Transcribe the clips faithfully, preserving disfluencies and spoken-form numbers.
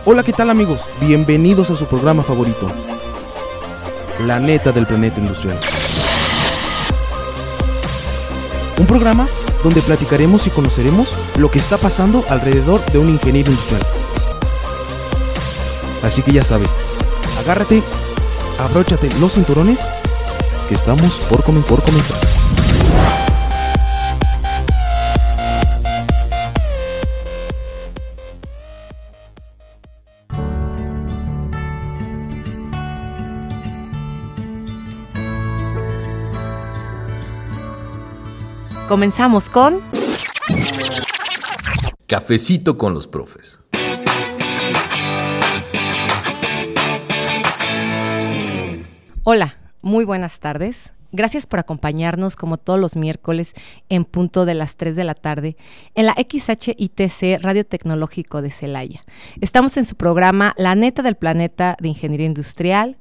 Hola, ¿qué tal amigos? Bienvenidos a su programa favorito, La Neta del Planeta Industrial. Un programa donde platicaremos y conoceremos lo que está pasando alrededor de un ingeniero industrial. Así que ya sabes, agárrate, abróchate los cinturones, que estamos por comenzar. Por comenzar. Comenzamos con Cafecito con los profes. Hola, muy buenas tardes. Gracias por acompañarnos como todos los miércoles en punto de las tres de la tarde en la X H I T C Radio Tecnológico de Celaya. Estamos en su programa La Neta del Planeta de Ingeniería Industrial.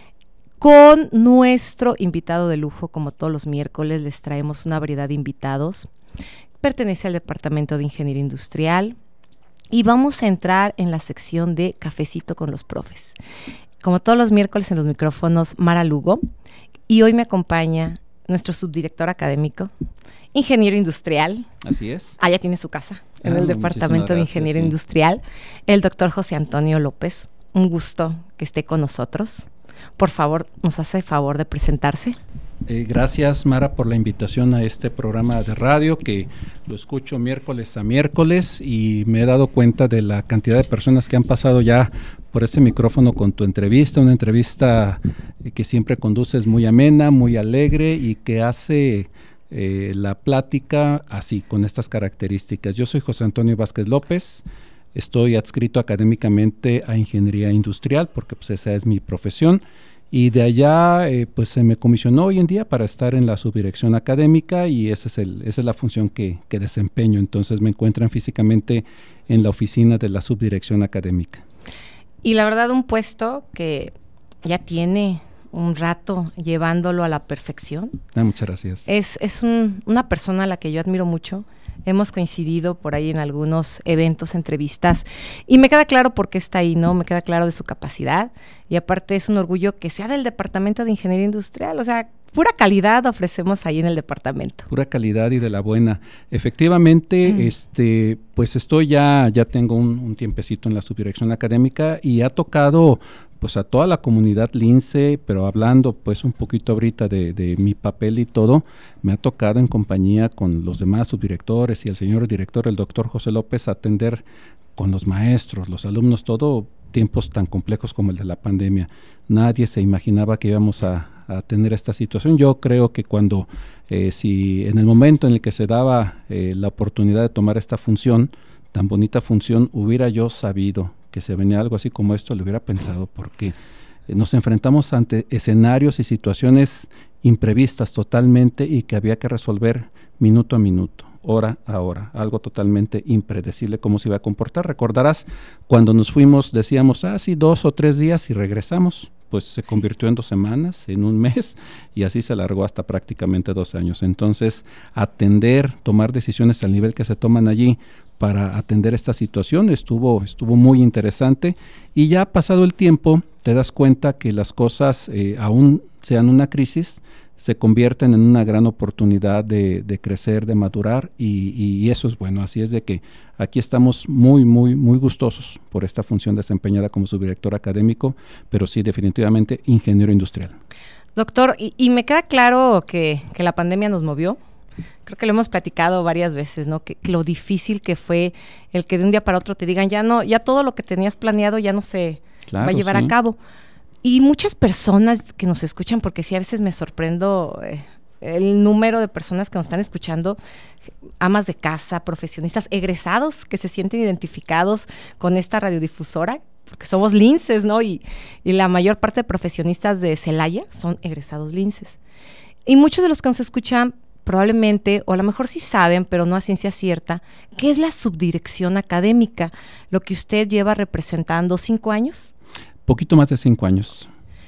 Con nuestro invitado de lujo, como todos los miércoles, les traemos una variedad de invitados. Pertenece al Departamento de Ingeniería Industrial y vamos a entrar en la sección de Cafecito con los profes. Como todos los miércoles en los micrófonos, Mara Lugo, y hoy me acompaña nuestro subdirector académico, ingeniero industrial. Así es. Allá tiene su casa, ah, en el Departamento de Ingeniería sí. Industrial, el doctor José Antonio López. Un gusto que esté con nosotros. Por favor, ¿nos hace favor de presentarse? Eh, gracias, Mara, por la invitación a este programa de radio que lo escucho miércoles a miércoles y me he dado cuenta de la cantidad de personas que han pasado ya por este micrófono con tu entrevista, una entrevista que siempre conduces muy amena, muy alegre y que hace eh, la plática así, con estas características. Yo soy José Antonio Vázquez López. Estoy adscrito académicamente a Ingeniería Industrial porque pues esa es mi profesión y de allá eh, pues se me comisionó hoy en día para estar en la subdirección académica y ese es el, esa es la función que, que desempeño. Entonces me encuentran físicamente en la oficina de la subdirección académica. Y la verdad un puesto que ya tiene un rato llevándolo a la perfección. Ah, muchas gracias. Es, es un, una persona a la que yo admiro mucho. Hemos coincidido por ahí en algunos eventos, entrevistas, y me queda claro por qué está ahí, ¿no? Me queda claro de su capacidad, y aparte es un orgullo que sea del Departamento de Ingeniería Industrial, o sea, pura calidad ofrecemos ahí en el departamento. Pura calidad y de la buena. Efectivamente, mm. este, pues estoy ya, ya tengo un, un tiempecito en la subdirección académica y ha tocado pues a toda la comunidad lince, pero hablando pues un poquito ahorita de, de mi papel y todo, me ha tocado en compañía con los demás subdirectores y el señor director, el doctor José López, atender con los maestros, los alumnos, todo tiempos tan complejos como el de la pandemia. Nadie se imaginaba que íbamos a, a tener esta situación. Yo creo que cuando, eh, si en el momento en el que se daba eh, la oportunidad de tomar esta función, tan bonita función, hubiera yo sabido que se venía algo así como esto, lo hubiera pensado, porque nos enfrentamos ante escenarios y situaciones imprevistas totalmente y que había que resolver minuto a minuto, hora a hora, algo totalmente impredecible cómo se iba a comportar. Recordarás, cuando nos fuimos decíamos, ah, sí, dos o tres días y regresamos, pues se convirtió en dos semanas, en un mes, y así se alargó hasta prácticamente dos años. Entonces, atender, tomar decisiones al nivel que se toman allí, para atender esta situación, estuvo, estuvo muy interesante y ya pasado el tiempo te das cuenta que las cosas, eh, aún sean una crisis, se convierten en una gran oportunidad de, de crecer, de madurar y, y eso es bueno. Así es de que aquí estamos muy, muy, muy gustosos por esta función desempeñada como subdirector académico, pero sí definitivamente ingeniero industrial. Doctor, y, y me queda claro que, que la pandemia nos movió. Creo que lo hemos platicado varias veces, ¿no? Que, que lo difícil que fue el que de un día para otro te digan, ya no, ya todo lo que tenías planeado ya no se claro, va a llevar sí. a cabo. Y muchas personas que nos escuchan, porque sí a veces me sorprendo eh, el número de personas que nos están escuchando, amas de casa, profesionistas, egresados que se sienten identificados con esta radiodifusora, porque somos linces, ¿no? Y, y la mayor parte de profesionistas de Celaya son egresados linces. Y muchos de los que nos escuchan probablemente, o a lo mejor sí saben, pero no a ciencia cierta, ¿qué es la subdirección académica? Lo que usted lleva representando cinco años. Poquito más de cinco años.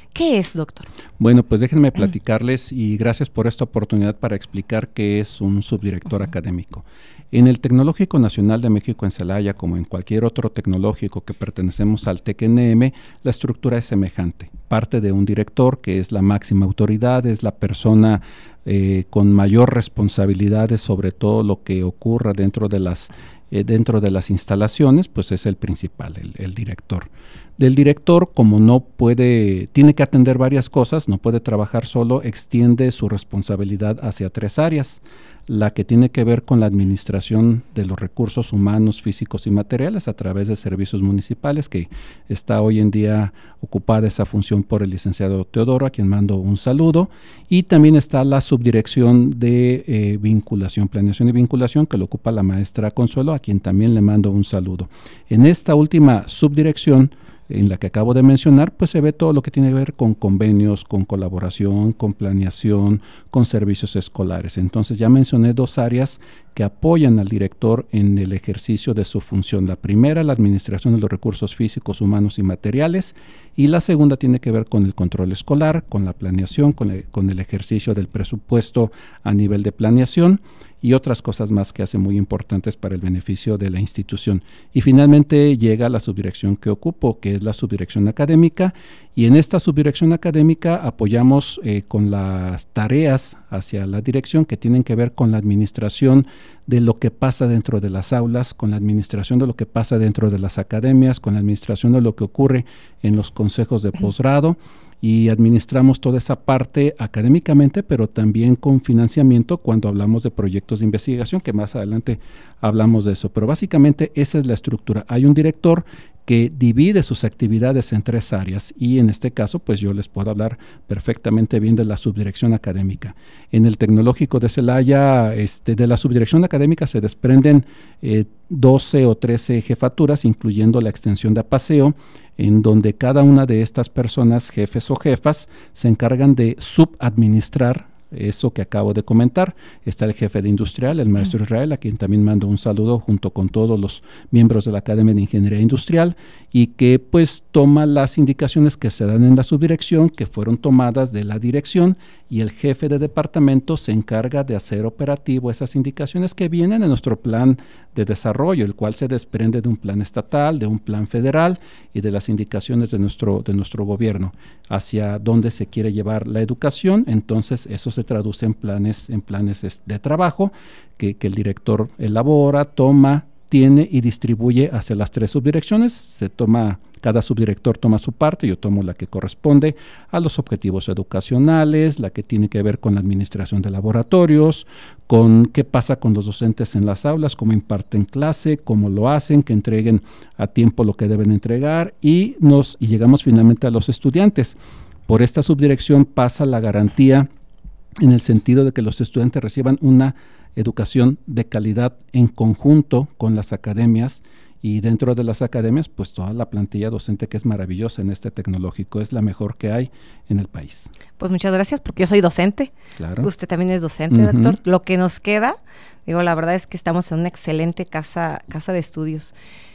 ¿Qué es, doctor? Bueno, pues déjenme platicarles y gracias por esta oportunidad para explicar qué es un subdirector uh-huh. académico. En el Tecnológico Nacional de México en Celaya, como en cualquier otro tecnológico que pertenecemos al TEC N M, la estructura es semejante. Parte de un director, que es la máxima autoridad, es la persona eh, con mayor responsabilidades sobre todo lo que ocurra dentro de las, eh, dentro de las instalaciones, pues es el principal, el, el director. Del director, como no puede, tiene que atender varias cosas, no puede trabajar solo, extiende su responsabilidad hacia tres áreas. La que tiene que ver con la administración de los recursos humanos, físicos y materiales a través de servicios municipales, que está hoy en día ocupada esa función por el licenciado Teodoro, a quien mando un saludo, y también está la subdirección de eh, vinculación, planeación y vinculación, que lo ocupa la maestra Consuelo, a quien también le mando un saludo. En esta última subdirección, en la que acabo de mencionar, pues se ve todo lo que tiene que ver con convenios, con colaboración, con planeación, con servicios escolares. Entonces ya mencioné dos áreas que apoyan al director en el ejercicio de su función. La primera, la administración de los recursos físicos, humanos y materiales, y la segunda tiene que ver con el control escolar, con la planeación, con el, con el ejercicio del presupuesto a nivel de planeación y otras cosas más que hacen muy importantes para el beneficio de la institución. Y finalmente llega la subdirección que ocupo, que es la subdirección académica, y en esta subdirección académica apoyamos eh, con las tareas hacia la dirección que tienen que ver con la administración de lo que pasa dentro de las aulas, con la administración de lo que pasa dentro de las academias, con la administración de lo que ocurre en los consejos de posgrado, y administramos toda esa parte académicamente, pero también con financiamiento cuando hablamos de proyectos de investigación, que más adelante hablamos de eso. Pero básicamente esa es la estructura. Hay un director que divide sus actividades en tres áreas y en este caso pues yo les puedo hablar perfectamente bien de la subdirección académica. En el Tecnológico de Celaya, este, de la subdirección académica se desprenden eh, doce o trece jefaturas, incluyendo la extensión de Apaseo, en donde cada una de estas personas, jefes o jefas, se encargan de subadministrar eso que acabo de comentar. Está el jefe de industrial, el maestro Israel, a quien también mando un saludo junto con todos los miembros de la Academia de Ingeniería Industrial, y que pues toma las indicaciones que se dan en la subdirección, que fueron tomadas de la dirección, y el jefe de departamento se encarga de hacer operativo esas indicaciones que vienen de nuestro plan de desarrollo, el cual se desprende de un plan estatal, de un plan federal y de las indicaciones de nuestro, de nuestro gobierno hacia dónde se quiere llevar la educación. Entonces eso se traduce en planes, en planes de trabajo que, que el director elabora, toma, tiene y distribuye hacia las tres subdirecciones. Se toma, cada subdirector toma su parte, yo tomo la que corresponde a los objetivos educacionales, la que tiene que ver con la administración de laboratorios, con qué pasa con los docentes en las aulas, cómo imparten clase, cómo lo hacen, que entreguen a tiempo lo que deben entregar, y nos y llegamos finalmente a los estudiantes. Por esta subdirección pasa la garantía en el sentido de que los estudiantes reciban una educación de calidad en conjunto con las academias, y dentro de las academias pues toda la plantilla docente que es maravillosa en este tecnológico, es la mejor que hay en el país. Pues muchas gracias, porque yo soy docente. Claro. Usted también es docente, uh-huh. doctor. Lo que nos queda, digo, la verdad es que estamos en una excelente casa, casa de estudios.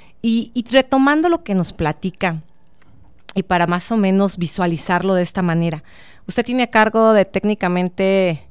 Y, y retomando lo que nos platica, y para más o menos visualizarlo de esta manera, usted tiene a cargo de técnicamente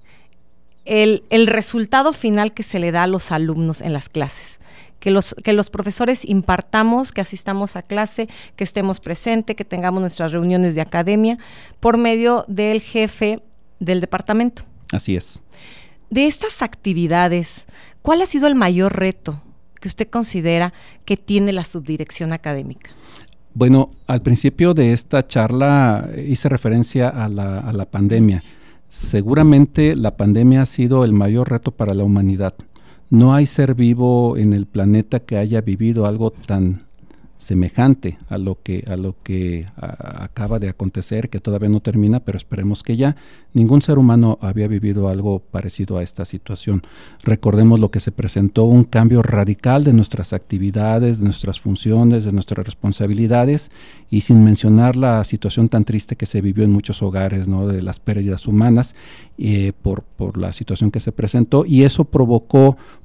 el, el resultado final que se le da a los alumnos en las clases. Que los, que los profesores impartamos, que asistamos a clase, que estemos presentes, que tengamos nuestras reuniones de academia por medio del jefe del departamento. Así es. De estas actividades, ¿cuál ha sido el mayor reto que usted considera que tiene la subdirección académica? Bueno, al principio de esta charla hice referencia a la, a la pandemia. Seguramente la pandemia ha sido el mayor reto para la humanidad. No hay ser vivo en el planeta que haya vivido algo tan semejante a lo que, a lo que a, acaba de acontecer, que todavía no termina, pero esperemos que ya. Ningún ser humano había vivido algo parecido a esta situación. Recordemos lo que se presentó, un cambio radical de nuestras actividades, de nuestras funciones, de nuestras responsabilidades, y sin mencionar la situación tan triste que se vivió en muchos hogares, ¿no?, de las pérdidas humanas eh, por, por la situación que se presentó, y eso provocó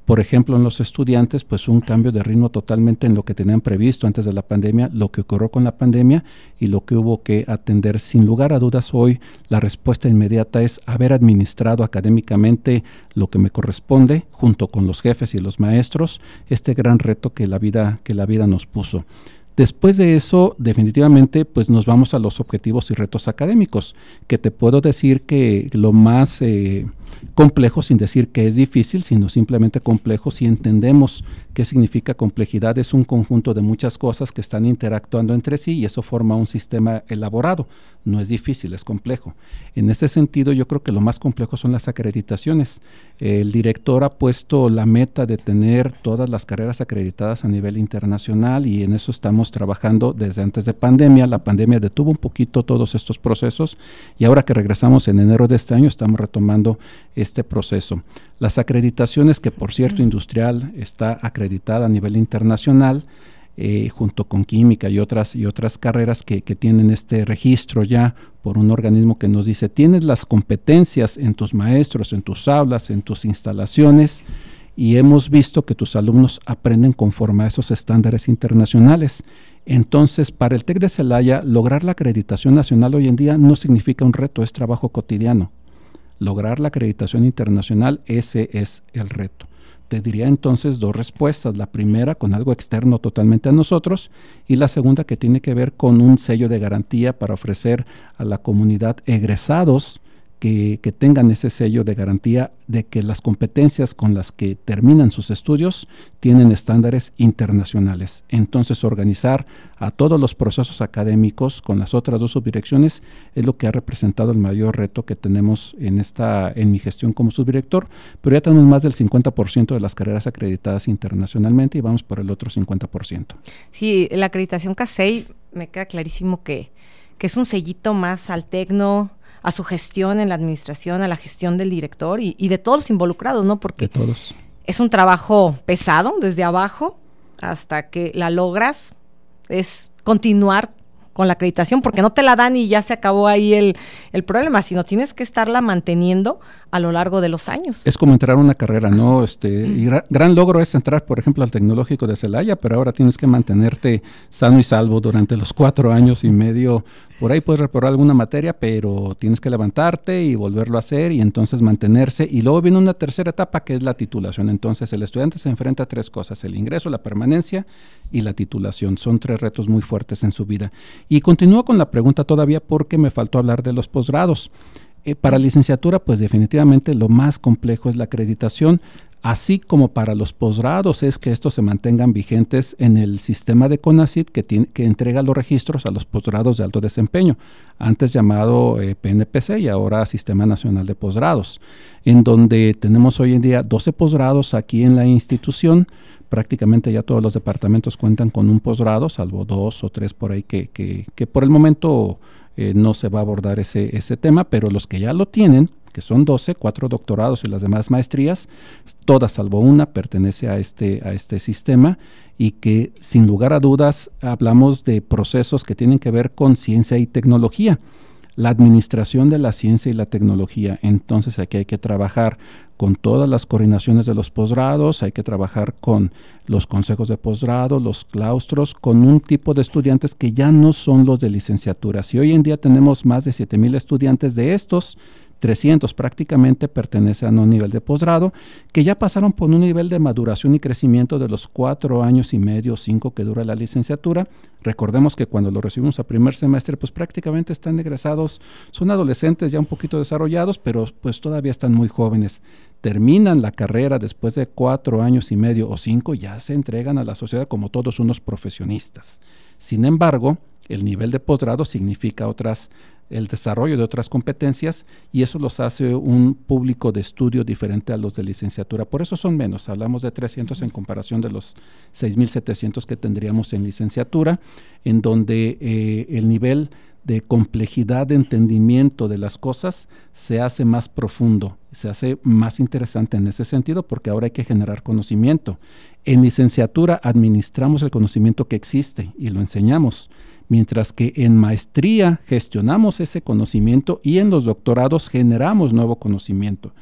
Por ejemplo, en los estudiantes, pues un cambio de ritmo totalmente en lo que tenían previsto antes de la pandemia, lo que ocurrió con la pandemia y lo que hubo que atender. Sin lugar a dudas, hoy la respuesta inmediata es haber administrado académicamente lo que me corresponde, junto con los jefes y los maestros, este gran reto que la vida, que la vida nos puso. Después de eso, definitivamente, pues nos vamos a los objetivos y retos académicos, que te puedo decir que lo más eh, complejo, sin decir que es difícil, sino simplemente complejo, si entendemos qué significa complejidad, es un conjunto de muchas cosas que están interactuando entre sí y eso forma un sistema elaborado. No es difícil, es complejo. En ese sentido, yo creo que lo más complejo son las acreditaciones. El director ha puesto la meta de tener todas las carreras acreditadas a nivel internacional y en eso estamos trabajando desde antes de pandemia. La pandemia detuvo un poquito todos estos procesos y ahora que regresamos en enero de este año estamos retomando este proceso. Las acreditaciones, que por cierto Industrial está acreditada a nivel internacional, eh, junto con química y otras, y otras carreras que, que tienen este registro ya por un organismo que nos dice, tienes las competencias en tus maestros, en tus aulas, en tus instalaciones, y hemos visto que tus alumnos aprenden conforme a esos estándares internacionales. Entonces, para el TEC de Celaya, lograr la acreditación nacional hoy en día no significa un reto, es trabajo cotidiano. Lograr la acreditación internacional, ese es el reto. Te diría entonces dos respuestas. La primera con algo externo totalmente a nosotros y la segunda que tiene que ver con un sello de garantía para ofrecer a la comunidad egresados que, que tengan ese sello de garantía de que las competencias con las que terminan sus estudios tienen estándares internacionales. Entonces, organizar a todos los procesos académicos con las otras dos subdirecciones es lo que ha representado el mayor reto que tenemos en esta en mi gestión como subdirector, pero ya tenemos más del cincuenta por ciento de las carreras acreditadas internacionalmente y vamos por el otro cincuenta por ciento. Sí, la acreditación CASEI me queda clarísimo que, que es un sellito más al tecno, a su gestión en la administración, a la gestión del director y, y de todos los involucrados, ¿no? Porque de todos. Es un trabajo pesado desde abajo hasta que la logras, es continuar con la acreditación, porque no te la dan y ya se acabó ahí el, el problema, sino tienes que estarla manteniendo a lo largo de los años. Es como entrar a una carrera, ¿no? Este, mm. y gra- gran logro es entrar, por ejemplo, al Tecnológico de Celaya, pero ahora tienes que mantenerte sano y salvo durante los cuatro años y medio. Por ahí puedes reprobar alguna materia, pero tienes que levantarte y volverlo a hacer y entonces mantenerse. Y luego viene una tercera etapa que es la titulación. Entonces el estudiante se enfrenta a tres cosas: el ingreso, la permanencia y la titulación. Son tres retos muy fuertes en su vida. Y continúo con la pregunta todavía porque me faltó hablar de los posgrados. Eh, para licenciatura, pues definitivamente lo más complejo es la acreditación, así como para los posgrados es que estos se mantengan vigentes en el sistema de CONACYT que, tiene, que entrega los registros a los posgrados de alto desempeño, antes llamado eh, P N P C y ahora Sistema Nacional de Posgrados, en donde tenemos hoy en día doce posgrados aquí en la institución. Prácticamente ya todos los departamentos cuentan con un posgrado, salvo dos o tres por ahí que, que, que por el momento eh, no se va a abordar ese, ese tema, pero los que ya lo tienen, que son doce, cuatro doctorados y las demás maestrías, todas salvo una pertenece a este, a este sistema y que sin lugar a dudas hablamos de procesos que tienen que ver con ciencia y tecnología. La administración de la ciencia y la tecnología. Entonces aquí hay que trabajar con todas las coordinaciones de los posgrados, hay que trabajar con los consejos de posgrado, los claustros, con un tipo de estudiantes que ya no son los de licenciatura. Si hoy en día tenemos más de siete mil estudiantes de estos, trescientos prácticamente pertenecen a un nivel de posgrado que ya pasaron por un nivel de maduración y crecimiento de los cuatro años y medio, cinco que dura la licenciatura. Recordemos que cuando lo recibimos a primer semestre, pues prácticamente están egresados, son adolescentes ya un poquito desarrollados, pero pues todavía están muy jóvenes. Terminan la carrera después de cuatro años y medio o cinco, ya se entregan a la sociedad como todos unos profesionistas. Sin embargo, el nivel de posgrado significa otras el desarrollo de otras competencias y eso los hace un público de estudio diferente a los de licenciatura. Por eso son menos, hablamos de trescientos en comparación de los seis mil setecientos que tendríamos en licenciatura, en donde eh, el nivel de complejidad de entendimiento de las cosas se hace más profundo, se hace más interesante en ese sentido porque ahora hay que generar conocimiento. En licenciatura administramos el conocimiento que existe y lo enseñamos, mientras que en maestría gestionamos ese conocimiento y en los doctorados generamos nuevo conocimiento.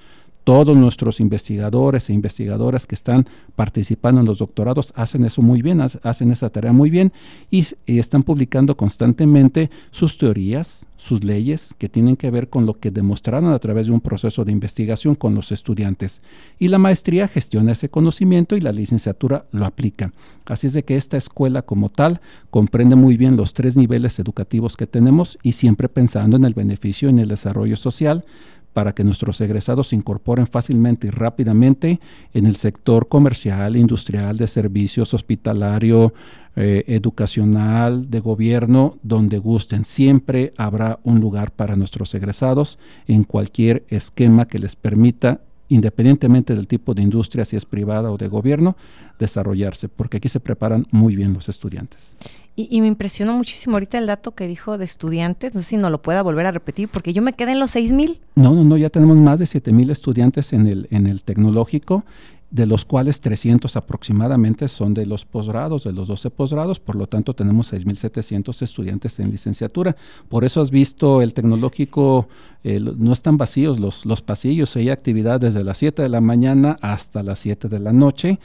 Todos nuestros investigadores e investigadoras que están participando en los doctorados hacen eso muy bien, hacen esa tarea muy bien y, y están publicando constantemente sus teorías, sus leyes que tienen que ver con lo que demostraron a través de un proceso de investigación con los estudiantes. Y la maestría gestiona ese conocimiento y la licenciatura lo aplica. Así es de que esta escuela como tal comprende muy bien los tres niveles educativos que tenemos y siempre pensando en el beneficio y en el desarrollo social, para que nuestros egresados se incorporen fácilmente y rápidamente en el sector comercial, industrial, de servicios, hospitalario, eh, educacional, de gobierno, donde gusten. Siempre habrá un lugar para nuestros egresados en cualquier esquema que les permita, independientemente del tipo de industria, si es privada o de gobierno, desarrollarse, porque aquí se preparan muy bien los estudiantes. Y, y me impresionó muchísimo ahorita el dato que dijo de estudiantes, no sé si nos lo pueda volver a repetir, porque yo me quedé en los seis mil. No, no, no, ya tenemos más de siete mil estudiantes en el, en el tecnológico, de los cuales trescientos aproximadamente son de los posgrados, de los doce posgrados, por lo tanto tenemos seis mil setecientos estudiantes en licenciatura. Por eso has visto el tecnológico, eh, no están vacíos los, los pasillos, hay actividad desde las siete de la mañana hasta las siete de la noche.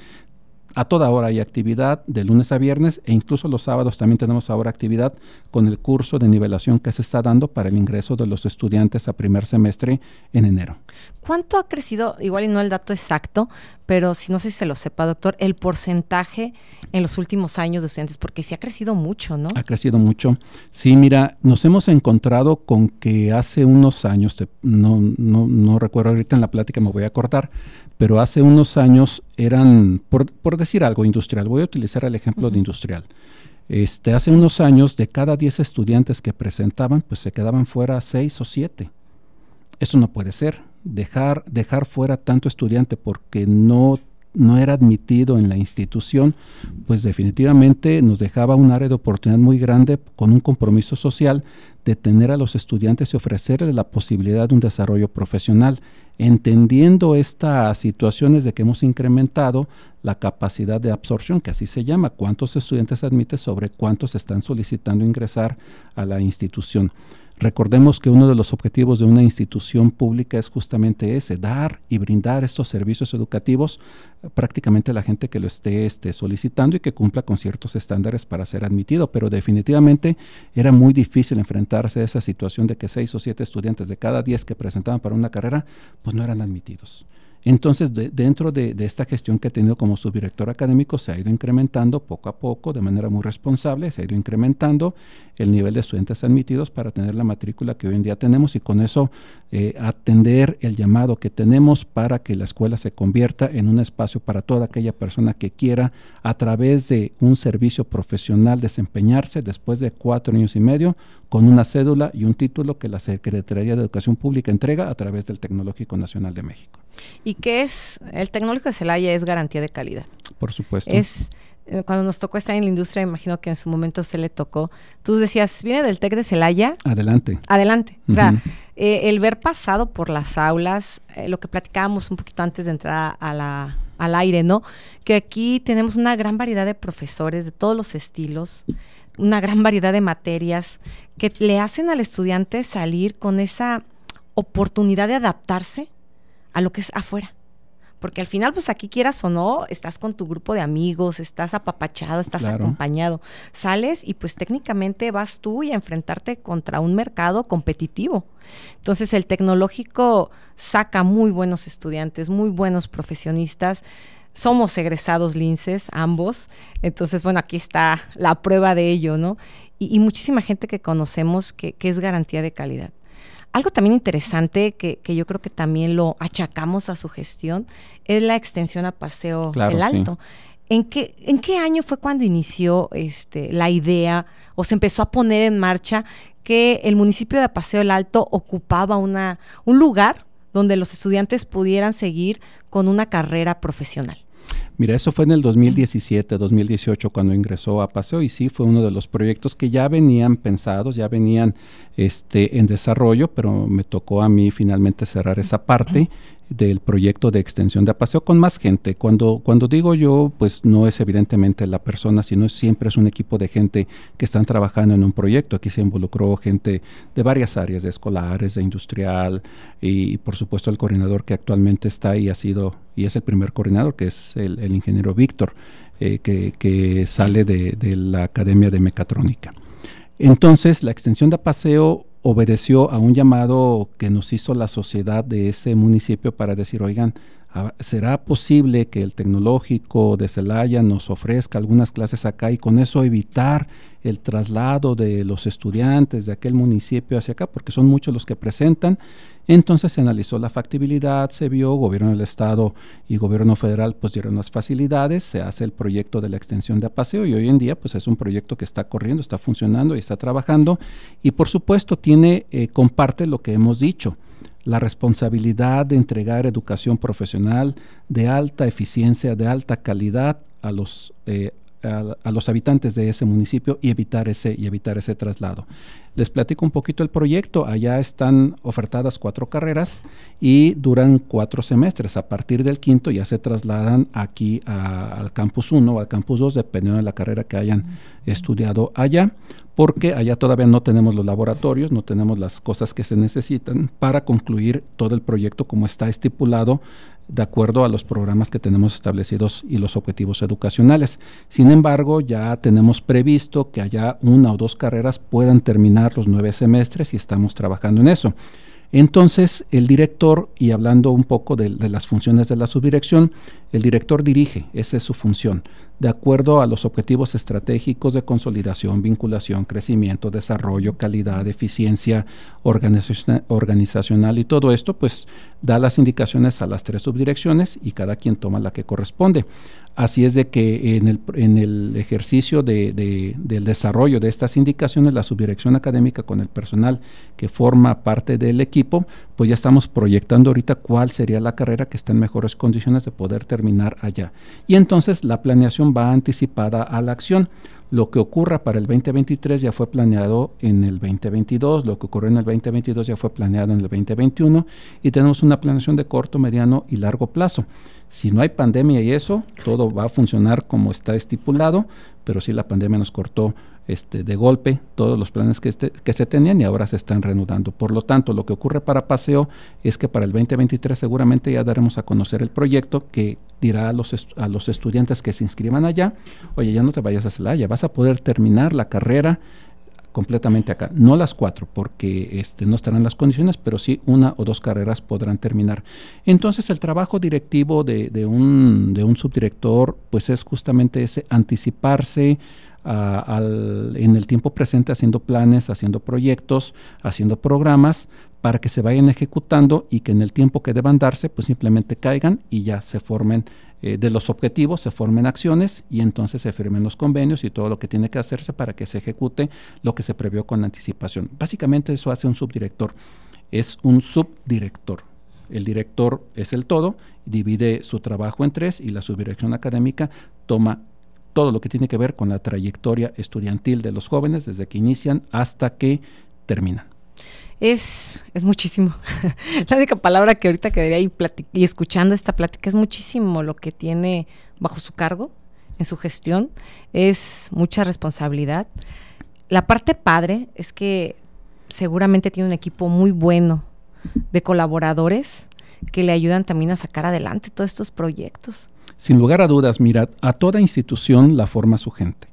A toda hora hay actividad de lunes a viernes e incluso los sábados también tenemos ahora actividad con el curso de nivelación que se está dando para el ingreso de los estudiantes a primer semestre en enero. ¿Cuánto ha crecido, igual y no el dato exacto, pero si no sé si se lo sepa, doctor, el porcentaje en los últimos años de estudiantes? Porque sí ha crecido mucho, ¿no? Ha crecido mucho. Sí, mira, nos hemos encontrado con que hace unos años, te, no, no, no recuerdo ahorita en la plática, me voy a acordar, pero hace unos años eran, por, por decir algo industrial, voy a utilizar el ejemplo uh-huh. de industrial. Este, hace unos años, de cada diez estudiantes que presentaban, pues se quedaban fuera seis o siete. Eso no puede ser. Dejar, dejar fuera tanto estudiante porque no, no era admitido en la institución, pues definitivamente nos dejaba un área de oportunidad muy grande con un compromiso social de tener a los estudiantes y ofrecerles la posibilidad de un desarrollo profesional. Entendiendo estas situaciones de que hemos incrementado la capacidad de absorción, que así se llama, cuántos estudiantes admite sobre cuántos están solicitando ingresar a la institución. Recordemos que uno de los objetivos de una institución pública es justamente ese, dar y brindar estos servicios educativos prácticamente a la gente que lo esté este, solicitando y que cumpla con ciertos estándares para ser admitido, pero definitivamente era muy difícil enfrentarse a esa situación de que seis o siete estudiantes de cada diez que presentaban para una carrera, pues no eran admitidos. Entonces, de, dentro de, de esta gestión que he tenido como subdirector académico, se ha ido incrementando poco a poco, de manera muy responsable, se ha ido incrementando el nivel de estudiantes admitidos para tener la matrícula que hoy en día tenemos y con eso eh, atender el llamado que tenemos para que la escuela se convierta en un espacio para toda aquella persona que quiera, a través de un servicio profesional, desempeñarse después de cuatro años y medio con una cédula y un título que la Secretaría de Educación Pública entrega a través del Tecnológico Nacional de México. ¿Y qué es? El Tecnológico de Celaya es garantía de calidad. Por supuesto. Es, eh, cuando nos tocó estar en la industria, imagino que en su momento a usted le tocó. Tú decías, ¿viene del Tec de Celaya? Adelante. Adelante. Uh-huh. O sea, eh, el ver pasado por las aulas, eh, lo que platicábamos un poquito antes de entrar a la, al aire, ¿no? Que aquí tenemos una gran variedad de profesores de todos los estilos, una gran variedad de materias que le hacen al estudiante salir con esa oportunidad de adaptarse a lo que es afuera. Porque al final, pues aquí quieras o no, estás con tu grupo de amigos, estás apapachado, estás claro. acompañado. Sales y pues técnicamente vas tú y a enfrentarte contra un mercado competitivo. Entonces el tecnológico saca muy buenos estudiantes, muy buenos profesionistas. Somos egresados linces, ambos. Entonces, bueno, aquí está la prueba de ello, ¿no? Y, y muchísima gente que conocemos que, que es garantía de calidad. Algo también interesante que, que yo creo que también lo achacamos a su gestión es la extensión a Paseo claro, El Alto. Sí. ¿En qué, ¿En qué año fue cuando inició este, la idea o se empezó a poner en marcha que el municipio de Paseo El Alto ocupaba una, un lugar donde los estudiantes pudieran seguir con una carrera profesional? Mira, eso fue en el dos mil diecisiete, dos mil dieciocho cuando ingresó a Paseo y sí fue uno de los proyectos que ya venían pensados, ya venían este, en desarrollo, pero me tocó a mí finalmente cerrar esa parte del proyecto de extensión de Apaseo con más gente. Cuando, cuando digo yo, pues no es evidentemente la persona, sino siempre es un equipo de gente que están trabajando en un proyecto. Aquí se involucró gente de varias áreas, de escolares, de industrial y, y por supuesto el coordinador que actualmente está ahí ha sido, y es el primer coordinador, que es el, el ingeniero Víctor, eh, que, que sale de, de la Academia de Mecatrónica. Entonces, la extensión de Apaseo obedeció a un llamado que nos hizo la sociedad de ese municipio para decir, oigan, ¿será posible que el Tecnológico de Celaya nos ofrezca algunas clases acá y con eso evitar el traslado de los estudiantes de aquel municipio hacia acá? Porque son muchos los que presentan. Entonces se analizó la factibilidad, se vio, gobierno del estado y gobierno federal pues dieron las facilidades, se hace el proyecto de la extensión de Apaseo y hoy en día pues es un proyecto que está corriendo, está funcionando y está trabajando y por supuesto tiene, eh, comparte lo que hemos dicho, la responsabilidad de entregar educación profesional de alta eficiencia, de alta calidad a los eh, A, a los habitantes de ese municipio y evitar ese y evitar ese traslado. Les platico un poquito el proyecto. Allá están ofertadas cuatro carreras y duran cuatro semestres. A partir del quinto ya se trasladan aquí a, al campus uno o al campus dos, dependiendo de la carrera que hayan uh-huh. estudiado allá, porque allá todavía no tenemos los laboratorios, no tenemos las cosas que se necesitan para concluir todo el proyecto como está estipulado de acuerdo a los programas que tenemos establecidos y los objetivos educacionales. Sin embargo, ya tenemos previsto que haya una o dos carreras puedan terminar los nueve semestres y estamos trabajando en eso. Entonces, el director, y hablando un poco de, de las funciones de la subdirección, el director dirige, esa es su función, de acuerdo a los objetivos estratégicos de consolidación, vinculación, crecimiento, desarrollo, calidad, eficiencia organizacion- organizacional y todo esto, pues da las indicaciones a las tres subdirecciones y cada quien toma la que corresponde. Así es de que en el, en el ejercicio de, de, del desarrollo de estas indicaciones, la subdirección académica con el personal que forma parte del equipo, pues ya estamos proyectando ahorita cuál sería la carrera que está en mejores condiciones de poder terminar allá. Y entonces la planeación va anticipada a la acción. Lo que ocurra para el veinte veintitrés ya fue planeado en el veinte veintidós, lo que ocurrió en el veinte veintidós ya fue planeado en el veinte veintiuno y tenemos una planeación de corto, mediano y largo plazo. Si no hay pandemia y eso, todo va a funcionar como está estipulado, pero sí la pandemia nos cortó este, de golpe todos los planes que, este, que se tenían y ahora se están reanudando. Por lo tanto, lo que ocurre para Apaseo es que para el veinte veintitrés seguramente ya daremos a conocer el proyecto que dirá a los, est- a los estudiantes que se inscriban allá, oye, ya no te vayas a Celaya, vas a poder terminar la carrera completamente acá, no las cuatro porque este, no estarán las condiciones, pero sí una o dos carreras podrán terminar. Entonces el trabajo directivo de, de, un, de un subdirector pues es justamente ese, anticiparse uh, al, en el tiempo presente haciendo planes, haciendo proyectos, haciendo programas para que se vayan ejecutando y que en el tiempo que deban darse pues simplemente caigan y ya se formen eh, de los objetivos, se formen acciones y entonces se firmen los convenios y todo lo que tiene que hacerse para que se ejecute lo que se previó con anticipación. Básicamente eso hace un subdirector, es un subdirector. El director es el todo, divide su trabajo en tres y la subdirección académica toma todo lo que tiene que ver con la trayectoria estudiantil de los jóvenes desde que inician hasta que terminan. Es, es muchísimo. La única palabra que ahorita quedaría ahí platic- y escuchando esta plática es muchísimo lo que tiene bajo su cargo, en su gestión. Es mucha responsabilidad. La parte padre es que seguramente tiene un equipo muy bueno de colaboradores que le ayudan también a sacar adelante todos estos proyectos. Sin lugar a dudas, mira, a toda institución la forma su gente.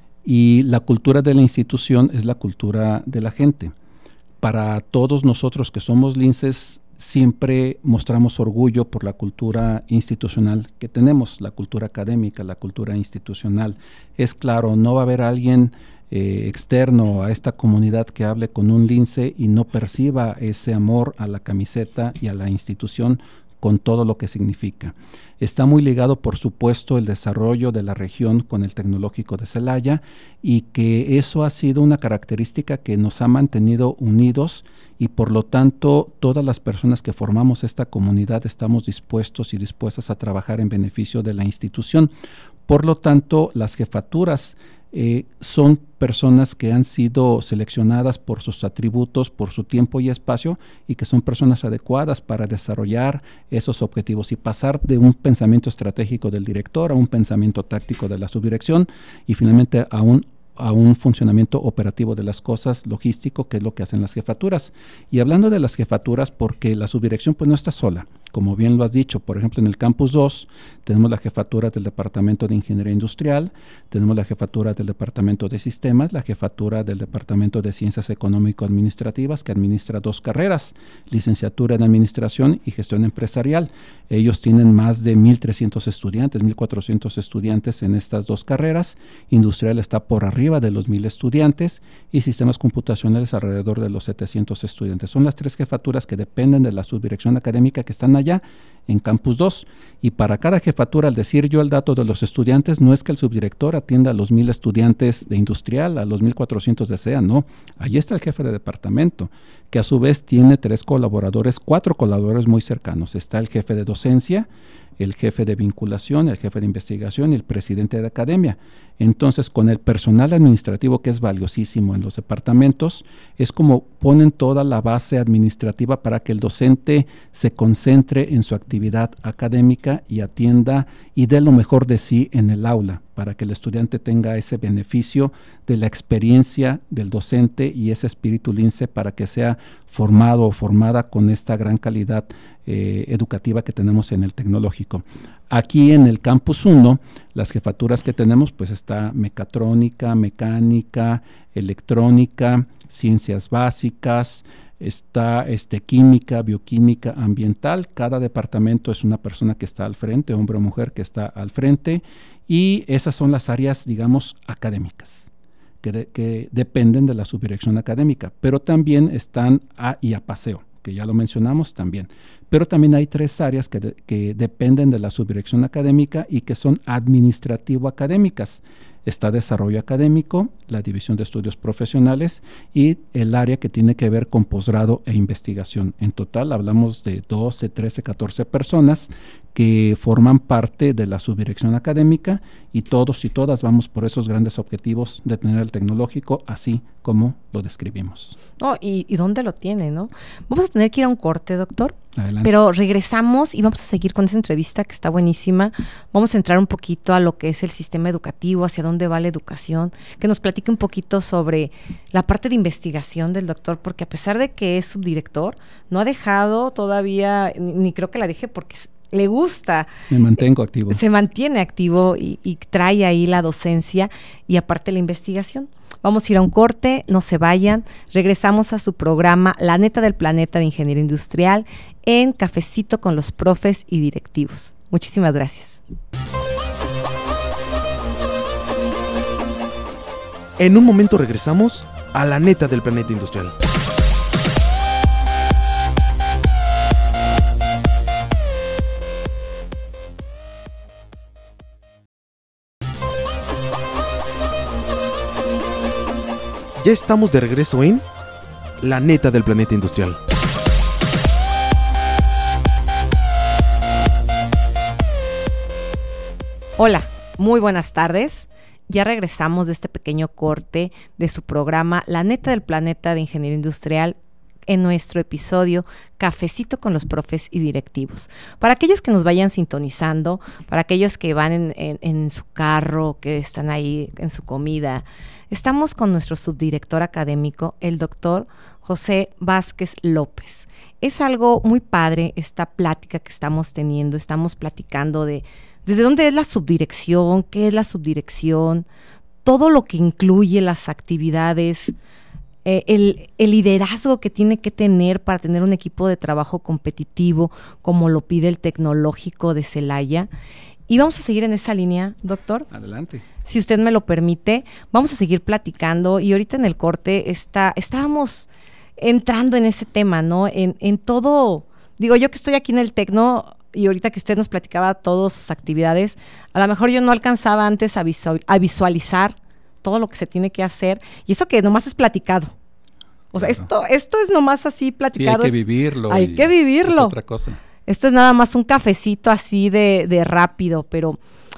Y la cultura de la institución es la cultura de la gente. Para todos nosotros que somos linces, siempre mostramos orgullo por la cultura institucional que tenemos, la cultura académica, la cultura institucional. Es claro, no va a haber alguien eh, externo a esta comunidad que hable con un lince y no perciba ese amor a la camiseta y a la institución con todo lo que significa. Está muy ligado, por supuesto, el desarrollo de la región con el Tecnológico de Celaya y que eso ha sido una característica que nos ha mantenido unidos y por lo tanto todas las personas que formamos esta comunidad estamos dispuestos y dispuestas a trabajar en beneficio de la institución. Por lo tanto, las jefaturas eh, son personas que han sido seleccionadas por sus atributos, por su tiempo y espacio, y que son personas adecuadas para desarrollar esos objetivos y pasar de un pensamiento estratégico del director a un pensamiento táctico de la subdirección y finalmente a un a un funcionamiento operativo de las cosas, logístico, que es lo que hacen las jefaturas. Y hablando de las jefaturas, porque la subdirección pues no está sola, como bien lo has dicho, por ejemplo en el Campus dos tenemos la jefatura del Departamento de Ingeniería Industrial, tenemos la jefatura del Departamento de Sistemas, la jefatura del Departamento de Ciencias Económico-Administrativas, que administra dos carreras, licenciatura en Administración y Gestión Empresarial. Ellos tienen más de mil trescientos estudiantes, mil cuatrocientos estudiantes en estas dos carreras. Industrial está por arriba de los mil estudiantes y sistemas computacionales alrededor de los setecientos estudiantes. Son las tres jefaturas que dependen de la subdirección académica que están allá en Campus dos. Y para cada jefatura, al decir yo el dato de los estudiantes, no es que el subdirector atienda a los mil estudiantes de industrial, a los mil cuatrocientos de S E A, no. Allí está el jefe de departamento, que a su vez tiene tres colaboradores, cuatro colaboradores muy cercanos. Está el jefe de docencia, el jefe de vinculación, el jefe de investigación y el presidente de academia. Entonces, con el personal administrativo, que es valiosísimo en los departamentos, es como ponen toda la base administrativa para que el docente se concentre en su actividad académica y atienda y dé lo mejor de sí en el aula, para que el estudiante tenga ese beneficio de la experiencia del docente y ese espíritu lince para que sea formado o formada con esta gran calidad eh, educativa que tenemos en el tecnológico. Aquí en el Campus uno, las jefaturas que tenemos, pues está mecatrónica, mecánica, electrónica, ciencias básicas, está este, química, bioquímica, ambiental. Cada departamento es una persona que está al frente, hombre o mujer que está al frente, y esas son las áreas, digamos, académicas, que, de, que dependen de la subdirección académica, pero también están a y a paseo, que ya lo mencionamos también. Pero también hay tres áreas que, de, que dependen de la subdirección académica y que son administrativo-académicas. Está desarrollo académico, la división de estudios profesionales y el área que tiene que ver con posgrado e investigación. En total hablamos de doce, trece, catorce personas que forman parte de la subdirección académica y todos y todas vamos por esos grandes objetivos de tener el tecnológico así como lo describimos. Oh, y, ¿Y dónde lo tiene, no? Vamos a tener que ir a un corte, doctor. Adelante. Pero regresamos y vamos a seguir con esa entrevista que está buenísima. Vamos a entrar un poquito a lo que es el sistema educativo, hacia dónde va la educación, que nos platique un poquito sobre la parte de investigación del doctor, porque a pesar de que es subdirector, no ha dejado todavía, ni, ni creo que la deje porque le gusta. Me mantengo activo. Se mantiene activo y, y trae ahí la docencia y aparte la investigación. Vamos a ir a un corte, no se vayan. Regresamos a su programa La Neta del Planeta de Ingeniería Industrial en Cafecito con los Profes y Directivos. Muchísimas gracias. En un momento regresamos a La Neta del Planeta Industrial. Ya estamos de regreso en La Neta del Planeta Industrial. Hola, muy buenas tardes. Ya regresamos de este pequeño corte de su programa La Neta del Planeta de Ingeniería Industrial en nuestro episodio Cafecito con los Profes y Directivos. Para aquellos que nos vayan sintonizando, para aquellos que van en, en, en su carro, que están ahí en su comida, estamos con nuestro subdirector académico, el doctor José Vázquez López. Es algo muy padre esta plática que estamos teniendo, estamos platicando de desde dónde es la subdirección, qué es la subdirección, todo lo que incluye las actividades, eh, el, el liderazgo que tiene que tener para tener un equipo de trabajo competitivo, como lo pide el Tecnológico de Celaya. Y vamos a seguir en esa línea, doctor. Adelante. Si usted me lo permite, vamos a seguir platicando y ahorita en el corte está, estábamos entrando en ese tema, ¿no? En, en todo, digo yo que estoy aquí en el Tecno y ahorita que usted nos platicaba todas sus actividades, a lo mejor yo no alcanzaba antes a, visual, a visualizar todo lo que se tiene que hacer y eso que nomás es platicado. O sea, claro. esto, esto es nomás así platicado. Sí, hay que vivirlo. Hay que vivirlo. Es otra cosa. Esto es nada más un cafecito así de, de rápido, pero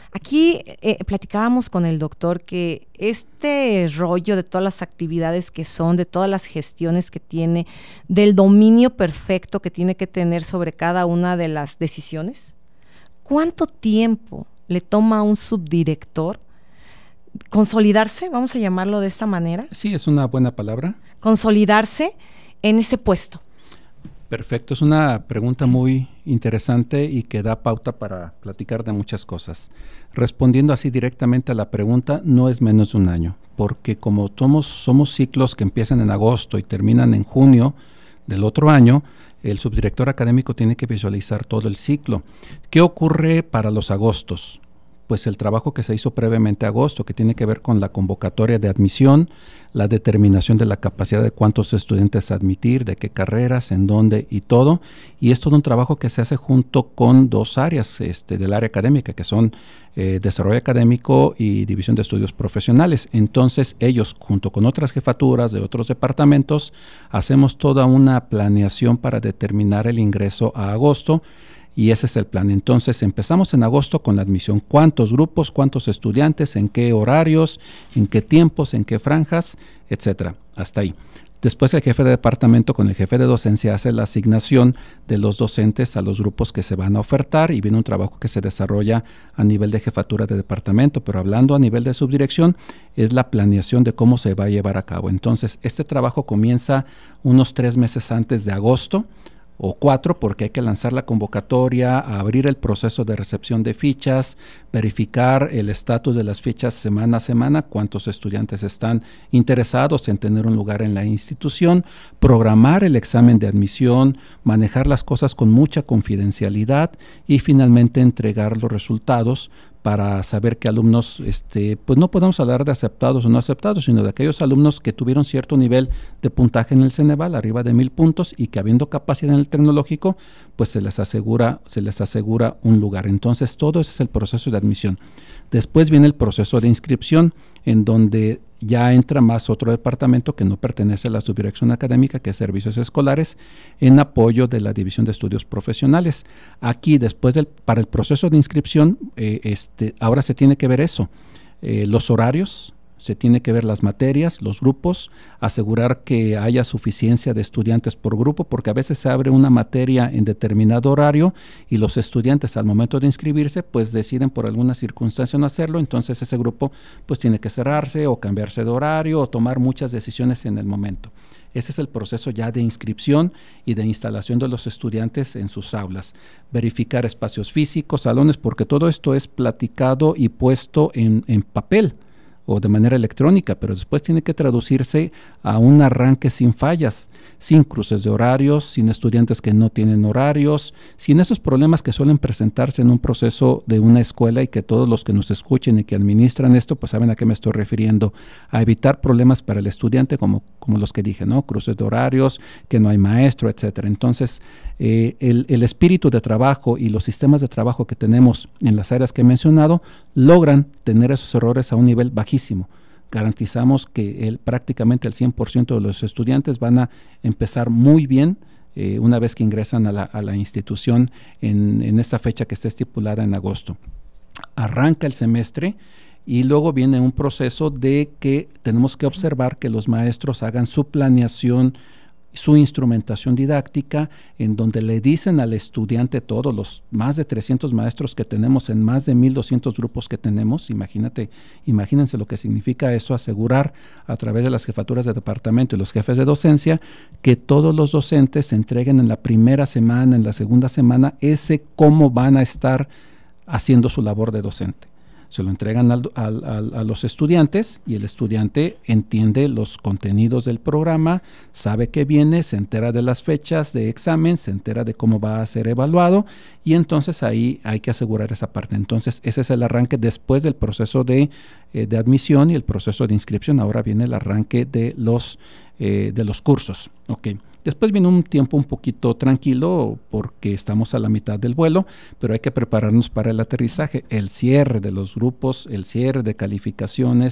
Aquí eh, platicábamos con el doctor que este rollo de todas las actividades que son, de todas las gestiones que tiene, del dominio perfecto que tiene que tener sobre cada una de las decisiones, ¿cuánto tiempo le toma a un subdirector consolidarse, vamos a llamarlo de esta manera? Sí, es una buena palabra. Consolidarse en ese puesto. Perfecto, es una pregunta muy interesante y que da pauta para platicar de muchas cosas. Respondiendo así directamente a la pregunta, no es menos de un año, porque como somos, somos ciclos que empiezan en agosto y terminan en junio del otro año, el subdirector académico tiene que visualizar todo el ciclo. ¿Qué ocurre para los agostos? Pues el trabajo que se hizo previamente a agosto, que tiene que ver con la convocatoria de admisión, la determinación de la capacidad de cuántos estudiantes admitir, de qué carreras, en dónde y todo. Y es todo un trabajo que se hace junto con dos áreas este, del área académica, que son eh, desarrollo académico y división de estudios profesionales. Entonces ellos, junto con otras jefaturas de otros departamentos, hacemos toda una planeación para determinar el ingreso a agosto. Y ese es el plan. Entonces empezamos en agosto con la admisión. ¿Cuántos grupos, cuántos estudiantes, en qué horarios, en qué tiempos, en qué franjas, etcétera? Hasta ahí. Después el jefe de departamento con el jefe de docencia hace la asignación de los docentes a los grupos que se van a ofertar y viene un trabajo que se desarrolla a nivel de jefatura de departamento, pero hablando a nivel de subdirección es la planeación de cómo se va a llevar a cabo. Entonces este trabajo comienza unos tres meses antes de agosto, o cuatro, porque hay que lanzar la convocatoria, abrir el proceso de recepción de fichas, verificar el estatus de las fichas semana a semana, cuántos estudiantes están interesados en tener un lugar en la institución, programar el examen de admisión, manejar las cosas con mucha confidencialidad y finalmente entregar los resultados para saber qué alumnos, este, pues no podemos hablar de aceptados o no aceptados, sino de aquellos alumnos que tuvieron cierto nivel de puntaje en el Ceneval, arriba de mil puntos, y que habiendo capacidad en el tecnológico, pues se les asegura, se les asegura un lugar. Entonces todo ese es el proceso de admisión. Después viene el proceso de inscripción, en donde ya entra más otro departamento que no pertenece a la subdirección académica, que es servicios escolares, en apoyo de la división de estudios profesionales. Aquí, después del, para el proceso de inscripción, eh, este, ahora se tiene que ver eso, eh, los horarios, se tiene que ver las materias, los grupos, asegurar que haya suficiencia de estudiantes por grupo, porque a veces se abre una materia en determinado horario y los estudiantes al momento de inscribirse pues deciden por alguna circunstancia no hacerlo, entonces ese grupo pues tiene que cerrarse o cambiarse de horario o tomar muchas decisiones en el momento. Ese es el proceso ya de inscripción y de instalación de los estudiantes en sus aulas. Verificar espacios físicos, salones, porque todo esto es platicado y puesto en, en papel o de manera electrónica, pero después tiene que traducirse a un arranque sin fallas, sin cruces de horarios, sin estudiantes que no tienen horarios, sin esos problemas que suelen presentarse en un proceso de una escuela y que todos los que nos escuchen y que administran esto, pues saben a qué me estoy refiriendo, a evitar problemas para el estudiante como, como los que dije, ¿no? Cruces de horarios, que no hay maestro, etcétera. Entonces, eh, el, el espíritu de trabajo y los sistemas de trabajo que tenemos en las áreas que he mencionado logran tener esos errores a un nivel bajísimo. Garantizamos que el, prácticamente el cien por ciento de los estudiantes van a empezar muy bien eh, una vez que ingresan a la, a la institución en, en esa fecha que está estipulada en agosto. Arranca el semestre y luego viene un proceso de que tenemos que observar que los maestros hagan su planeación, su instrumentación didáctica, en donde le dicen al estudiante todos los más de trescientos maestros que tenemos en más de mil doscientos grupos que tenemos, imagínate, imagínense lo que significa eso, asegurar a través de las jefaturas de departamento y los jefes de docencia que todos los docentes se entreguen en la primera semana, en la segunda semana, ese cómo van a estar haciendo su labor de docente. Se lo entregan al, al, al, a los estudiantes y el estudiante entiende los contenidos del programa, sabe que viene, se entera de las fechas de examen, se entera de cómo va a ser evaluado y entonces ahí hay que asegurar esa parte. Entonces ese es el arranque después del proceso de, eh, de admisión y el proceso de inscripción. Ahora viene el arranque de los, eh, de los cursos. Okay. Después viene un tiempo un poquito tranquilo porque estamos a la mitad del vuelo, pero hay que prepararnos para el aterrizaje, el cierre de los grupos, el cierre de calificaciones,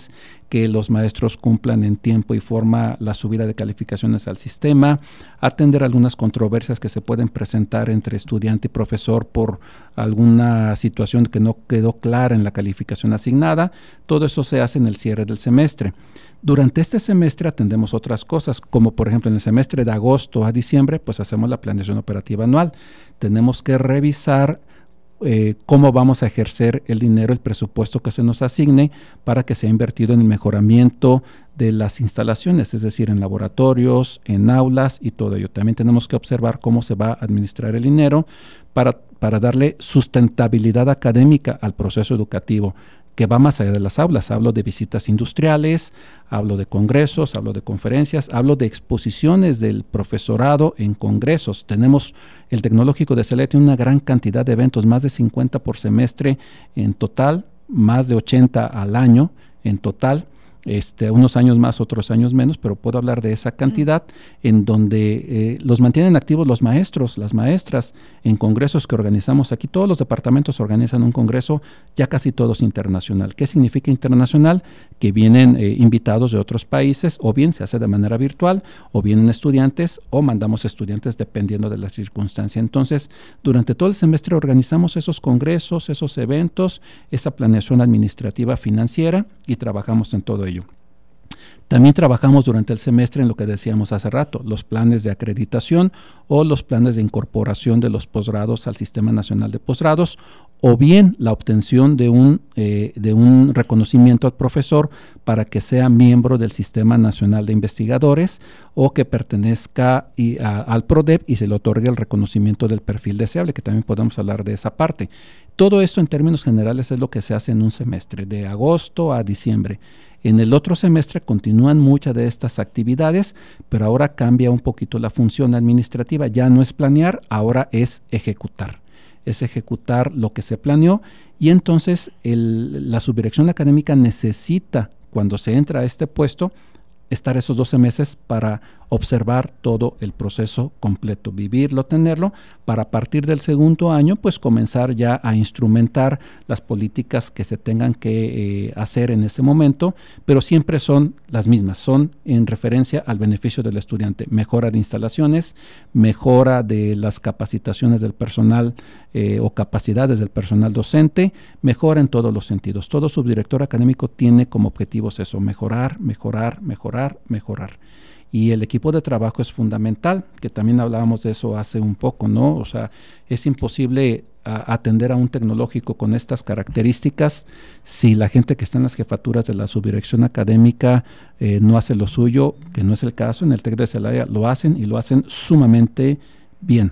que los maestros cumplan en tiempo y forma la subida de calificaciones al sistema, atender algunas controversias que se pueden presentar entre estudiante y profesor por alguna situación que no quedó clara en la calificación asignada. Todo eso se hace en el cierre del semestre. Durante este semestre atendemos otras cosas, como por ejemplo en el semestre de agosto a diciembre, pues hacemos la planeación operativa anual. Tenemos que revisar Eh, cómo vamos a ejercer el dinero, el presupuesto que se nos asigne para que sea invertido en el mejoramiento de las instalaciones, es decir, en laboratorios, en aulas y todo ello. También tenemos que observar cómo se va a administrar el dinero para, para darle sustentabilidad académica al proceso educativo, que va más allá de las aulas. Hablo de visitas industriales, hablo de congresos, hablo de conferencias, hablo de exposiciones del profesorado en congresos. Tenemos el Tecnológico de Celaya, tiene una gran cantidad de eventos, más de cincuenta por semestre en total, más de ochenta al año en total. Este, unos años más, otros años menos, pero puedo hablar de esa cantidad mm. en donde eh, los mantienen activos los maestros, las maestras, en congresos que organizamos aquí. Todos los departamentos organizan un congreso, ya casi todos internacional. ¿Qué significa internacional? Que vienen eh, invitados de otros países, o bien se hace de manera virtual, o vienen estudiantes, o mandamos estudiantes dependiendo de la circunstancia. Entonces, durante todo el semestre organizamos esos congresos, esos eventos, esa planeación administrativa financiera, y trabajamos en todo ello. También trabajamos durante el semestre en lo que decíamos hace rato, los planes de acreditación o los planes de incorporación de los posgrados al Sistema Nacional de Posgrados, o bien la obtención de un, eh, de un reconocimiento al profesor para que sea miembro del Sistema Nacional de Investigadores, o que pertenezca y a, al PRODEP y se le otorgue el reconocimiento del perfil deseable, que también podemos hablar de esa parte. Todo esto en términos generales es lo que se hace en un semestre, de agosto a diciembre. En el otro semestre continúan muchas de estas actividades, pero ahora cambia un poquito la función administrativa. Ya no es planear, ahora es ejecutar. Es ejecutar lo que se planeó, y entonces el, la subdirección académica necesita, cuando se entra a este puesto, estar esos doce meses para observar todo el proceso completo, vivirlo, tenerlo, para a partir del segundo año pues comenzar ya a instrumentar las políticas que se tengan que eh, hacer en ese momento, pero siempre son las mismas, son en referencia al beneficio del estudiante: mejora de instalaciones, mejora de las capacitaciones del personal eh, o capacidades del personal docente, mejora en todos los sentidos. Todo subdirector académico tiene como objetivos eso: mejorar, mejorar, mejorar, mejorar. Y el equipo de trabajo es fundamental, que también hablábamos de eso hace un poco, ¿no? O sea, es imposible a, atender a un tecnológico con estas características si la gente que está en las jefaturas de la subdirección académica eh, no hace lo suyo, que no es el caso. En el TEC de Celaya lo hacen, y lo hacen sumamente bien.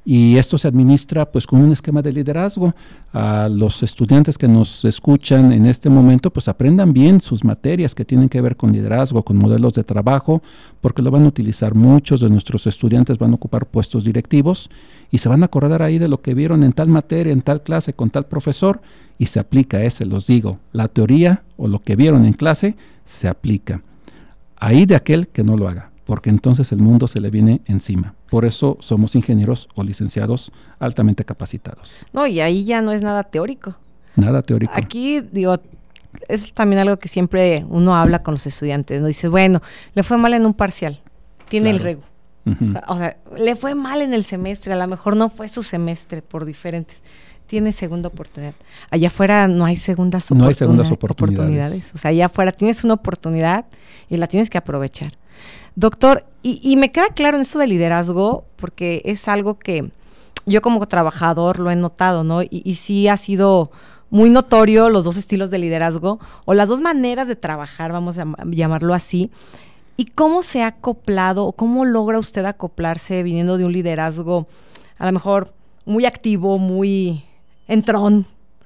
Y esto se administra pues con un esquema de liderazgo. A los estudiantes que nos escuchan en este momento pues aprendan bien sus materias que tienen que ver con liderazgo, con modelos de trabajo, porque lo van a utilizar. Muchos de nuestros estudiantes van a ocupar puestos directivos y se van a acordar ahí de lo que vieron en tal materia, en tal clase, con tal profesor, y se aplica ese, los digo, la teoría o lo que vieron en clase se aplica. Ahí de aquel que no lo haga, porque entonces el mundo se le viene encima. Por eso somos ingenieros o licenciados altamente capacitados. No, y ahí ya no es nada teórico. Nada teórico. Aquí, digo, es también algo que siempre uno habla con los estudiantes, ¿no? Dice, bueno, le fue mal en un parcial, tiene claro. el regu. Uh-huh. O sea, le fue mal en el semestre, a lo mejor no fue su semestre por diferentes. Tiene segunda oportunidad. Allá afuera no hay segundas oportunidades. No hay segundas oportunidades. oportunidades. O sea, allá afuera tienes una oportunidad y la tienes que aprovechar. Doctor, y, y me queda claro en eso de liderazgo, porque es algo que yo como trabajador lo he notado, ¿no? Y, y sí ha sido muy notorio los dos estilos de liderazgo, o las dos maneras de trabajar, vamos a llamarlo así. ¿Y cómo se ha acoplado, o cómo logra usted acoplarse viniendo de un liderazgo a lo mejor muy activo, muy entrón,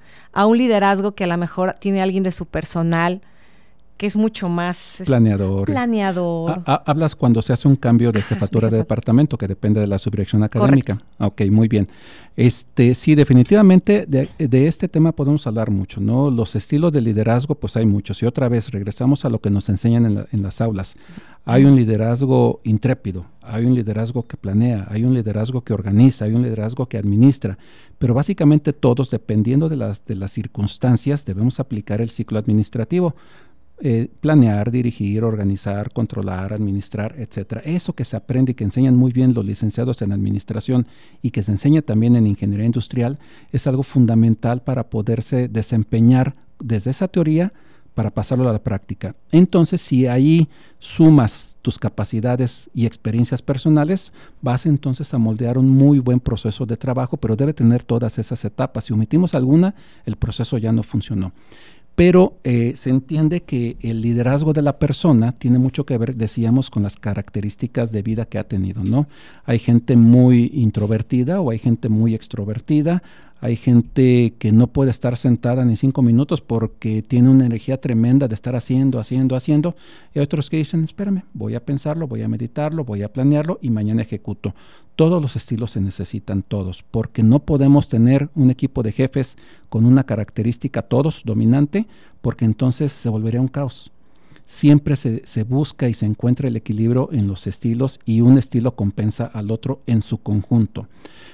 a un liderazgo que a lo mejor tiene alguien de su personal que es mucho más planeador. planeador. A, a, hablas cuando se hace un cambio de jefatura de departamento, que depende de la subdirección académica. Correcto. Ok, muy bien. Este, sí, definitivamente de, de este tema podemos hablar mucho, ¿no? Los estilos de liderazgo, pues hay muchos. Y otra vez, regresamos a lo que nos enseñan en, la, en las aulas. Hay un liderazgo intrépido, hay un liderazgo que planea, hay un liderazgo que organiza, hay un liderazgo que administra. Pero básicamente todos, dependiendo de las, de las circunstancias, debemos aplicar el ciclo administrativo. eh, planear, dirigir, organizar, controlar, administrar, etcétera. Eso que se aprende y que enseñan muy bien los licenciados en administración y que se enseña también en ingeniería industrial es algo fundamental para poderse desempeñar desde esa teoría para pasarlo a la práctica. Entonces, si ahí sumas tus capacidades y experiencias personales, vas entonces a moldear un muy buen proceso de trabajo, pero debe tener todas esas etapas. Si omitimos alguna, el proceso ya no funcionó. Pero eh, se entiende que el liderazgo de la persona tiene mucho que ver, decíamos, con las características de vida que ha tenido, ¿no? Hay gente muy introvertida o hay gente muy extrovertida. Hay gente que no puede estar sentada ni cinco minutos porque tiene una energía tremenda de estar haciendo, haciendo, haciendo. Y hay otros que dicen, espérame, voy a pensarlo, voy a meditarlo, voy a planearlo y mañana ejecuto. Todos los estilos se necesitan, todos, porque no podemos tener un equipo de jefes con una característica, todos, dominante, porque entonces se volvería un caos. Siempre se, se busca y se encuentra el equilibrio en los estilos y un estilo compensa al otro en su conjunto.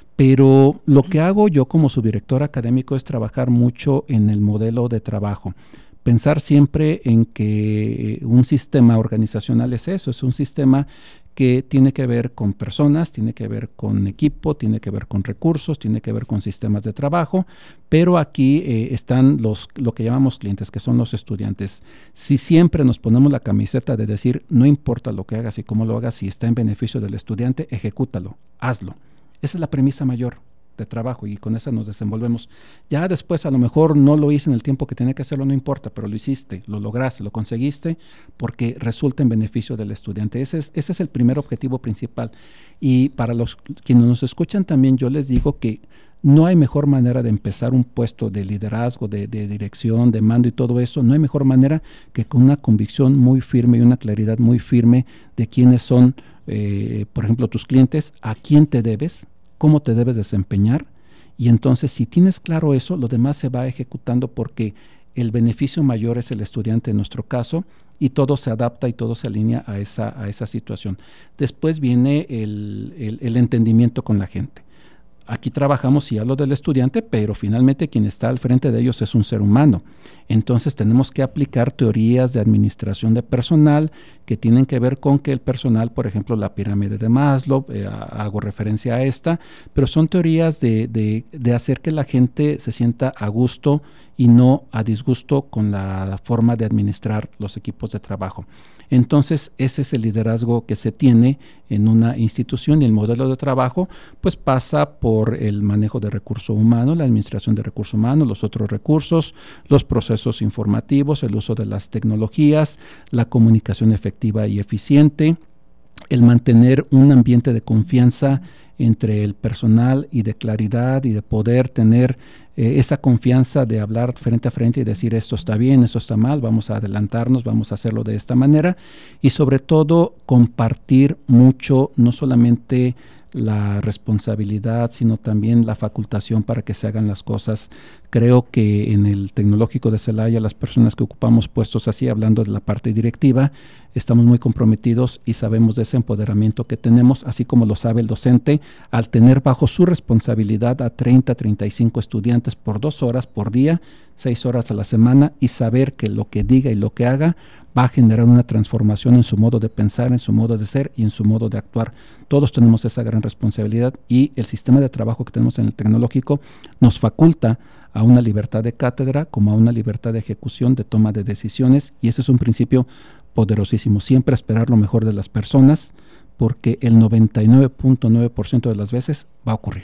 Pero lo que hago yo como subdirector académico es trabajar mucho en el modelo de trabajo. Pensar siempre en que un sistema organizacional es eso, es un sistema que tiene que ver con personas, tiene que ver con equipo, tiene que ver con recursos, tiene que ver con sistemas de trabajo, pero aquí eh, están los, lo que llamamos clientes, que son los estudiantes. Si siempre nos ponemos la camiseta de decir, no importa lo que hagas y cómo lo hagas, si está en beneficio del estudiante, ejecútalo, hazlo. Esa es la premisa mayor de trabajo y con esa nos desenvolvemos. Ya después a lo mejor no lo hice en el tiempo que tenía que hacerlo, no importa, pero lo hiciste, lo lograste, lo conseguiste porque resulta en beneficio del estudiante. Ese es, ese es el primer objetivo principal. Y para los quienes nos escuchan también yo les digo que no hay mejor manera de empezar un puesto de liderazgo, de, de dirección, de mando y todo eso, no hay mejor manera que con una convicción muy firme y una claridad muy firme de quiénes son, eh, por ejemplo, tus clientes, a quién te debes, cómo te debes desempeñar, y entonces si tienes claro eso, lo demás se va ejecutando porque el beneficio mayor es el estudiante en nuestro caso y todo se adapta y todo se alinea a esa, a esa situación. Después viene el, el, el entendimiento con la gente. Aquí trabajamos, sí hablo del estudiante, pero finalmente quien está al frente de ellos es un ser humano. Entonces tenemos que aplicar teorías de administración de personal que tienen que ver con que el personal, por ejemplo, la pirámide de Maslow, eh, hago referencia a esta, pero son teorías de, de, de hacer que la gente se sienta a gusto y no a disgusto con la forma de administrar los equipos de trabajo. Entonces, ese es el liderazgo que se tiene en una institución y el modelo de trabajo, pues pasa por el manejo de recursos humanos, la administración de recursos humanos, los otros recursos, los procesos informativos, el uso de las tecnologías, la comunicación efectiva y eficiente, el mantener un ambiente de confianza entre el personal y de claridad y de poder tener eh, esa confianza de hablar frente a frente y decir esto está bien, esto está mal, vamos a adelantarnos, vamos a hacerlo de esta manera y sobre todo compartir mucho, no solamente la responsabilidad, sino también la facultación para que se hagan las cosas. Creo que en el Tecnológico de Celaya, las personas que ocupamos puestos así, hablando de la parte directiva, estamos muy comprometidos y sabemos de ese empoderamiento que tenemos, así como lo sabe el docente, al tener bajo su responsabilidad a treinta, treinta y cinco estudiantes por dos horas por día, seis horas a la semana, y saber que lo que diga y lo que haga va a generar una transformación en su modo de pensar, en su modo de ser y en su modo de actuar. Todos tenemos esa gran responsabilidad y el sistema de trabajo que tenemos en el tecnológico nos faculta a una libertad de cátedra como a una libertad de ejecución, de toma de decisiones, y ese es un principio poderosísimo. Siempre esperar lo mejor de las personas porque el noventa y nueve punto nueve por ciento de las veces va a ocurrir.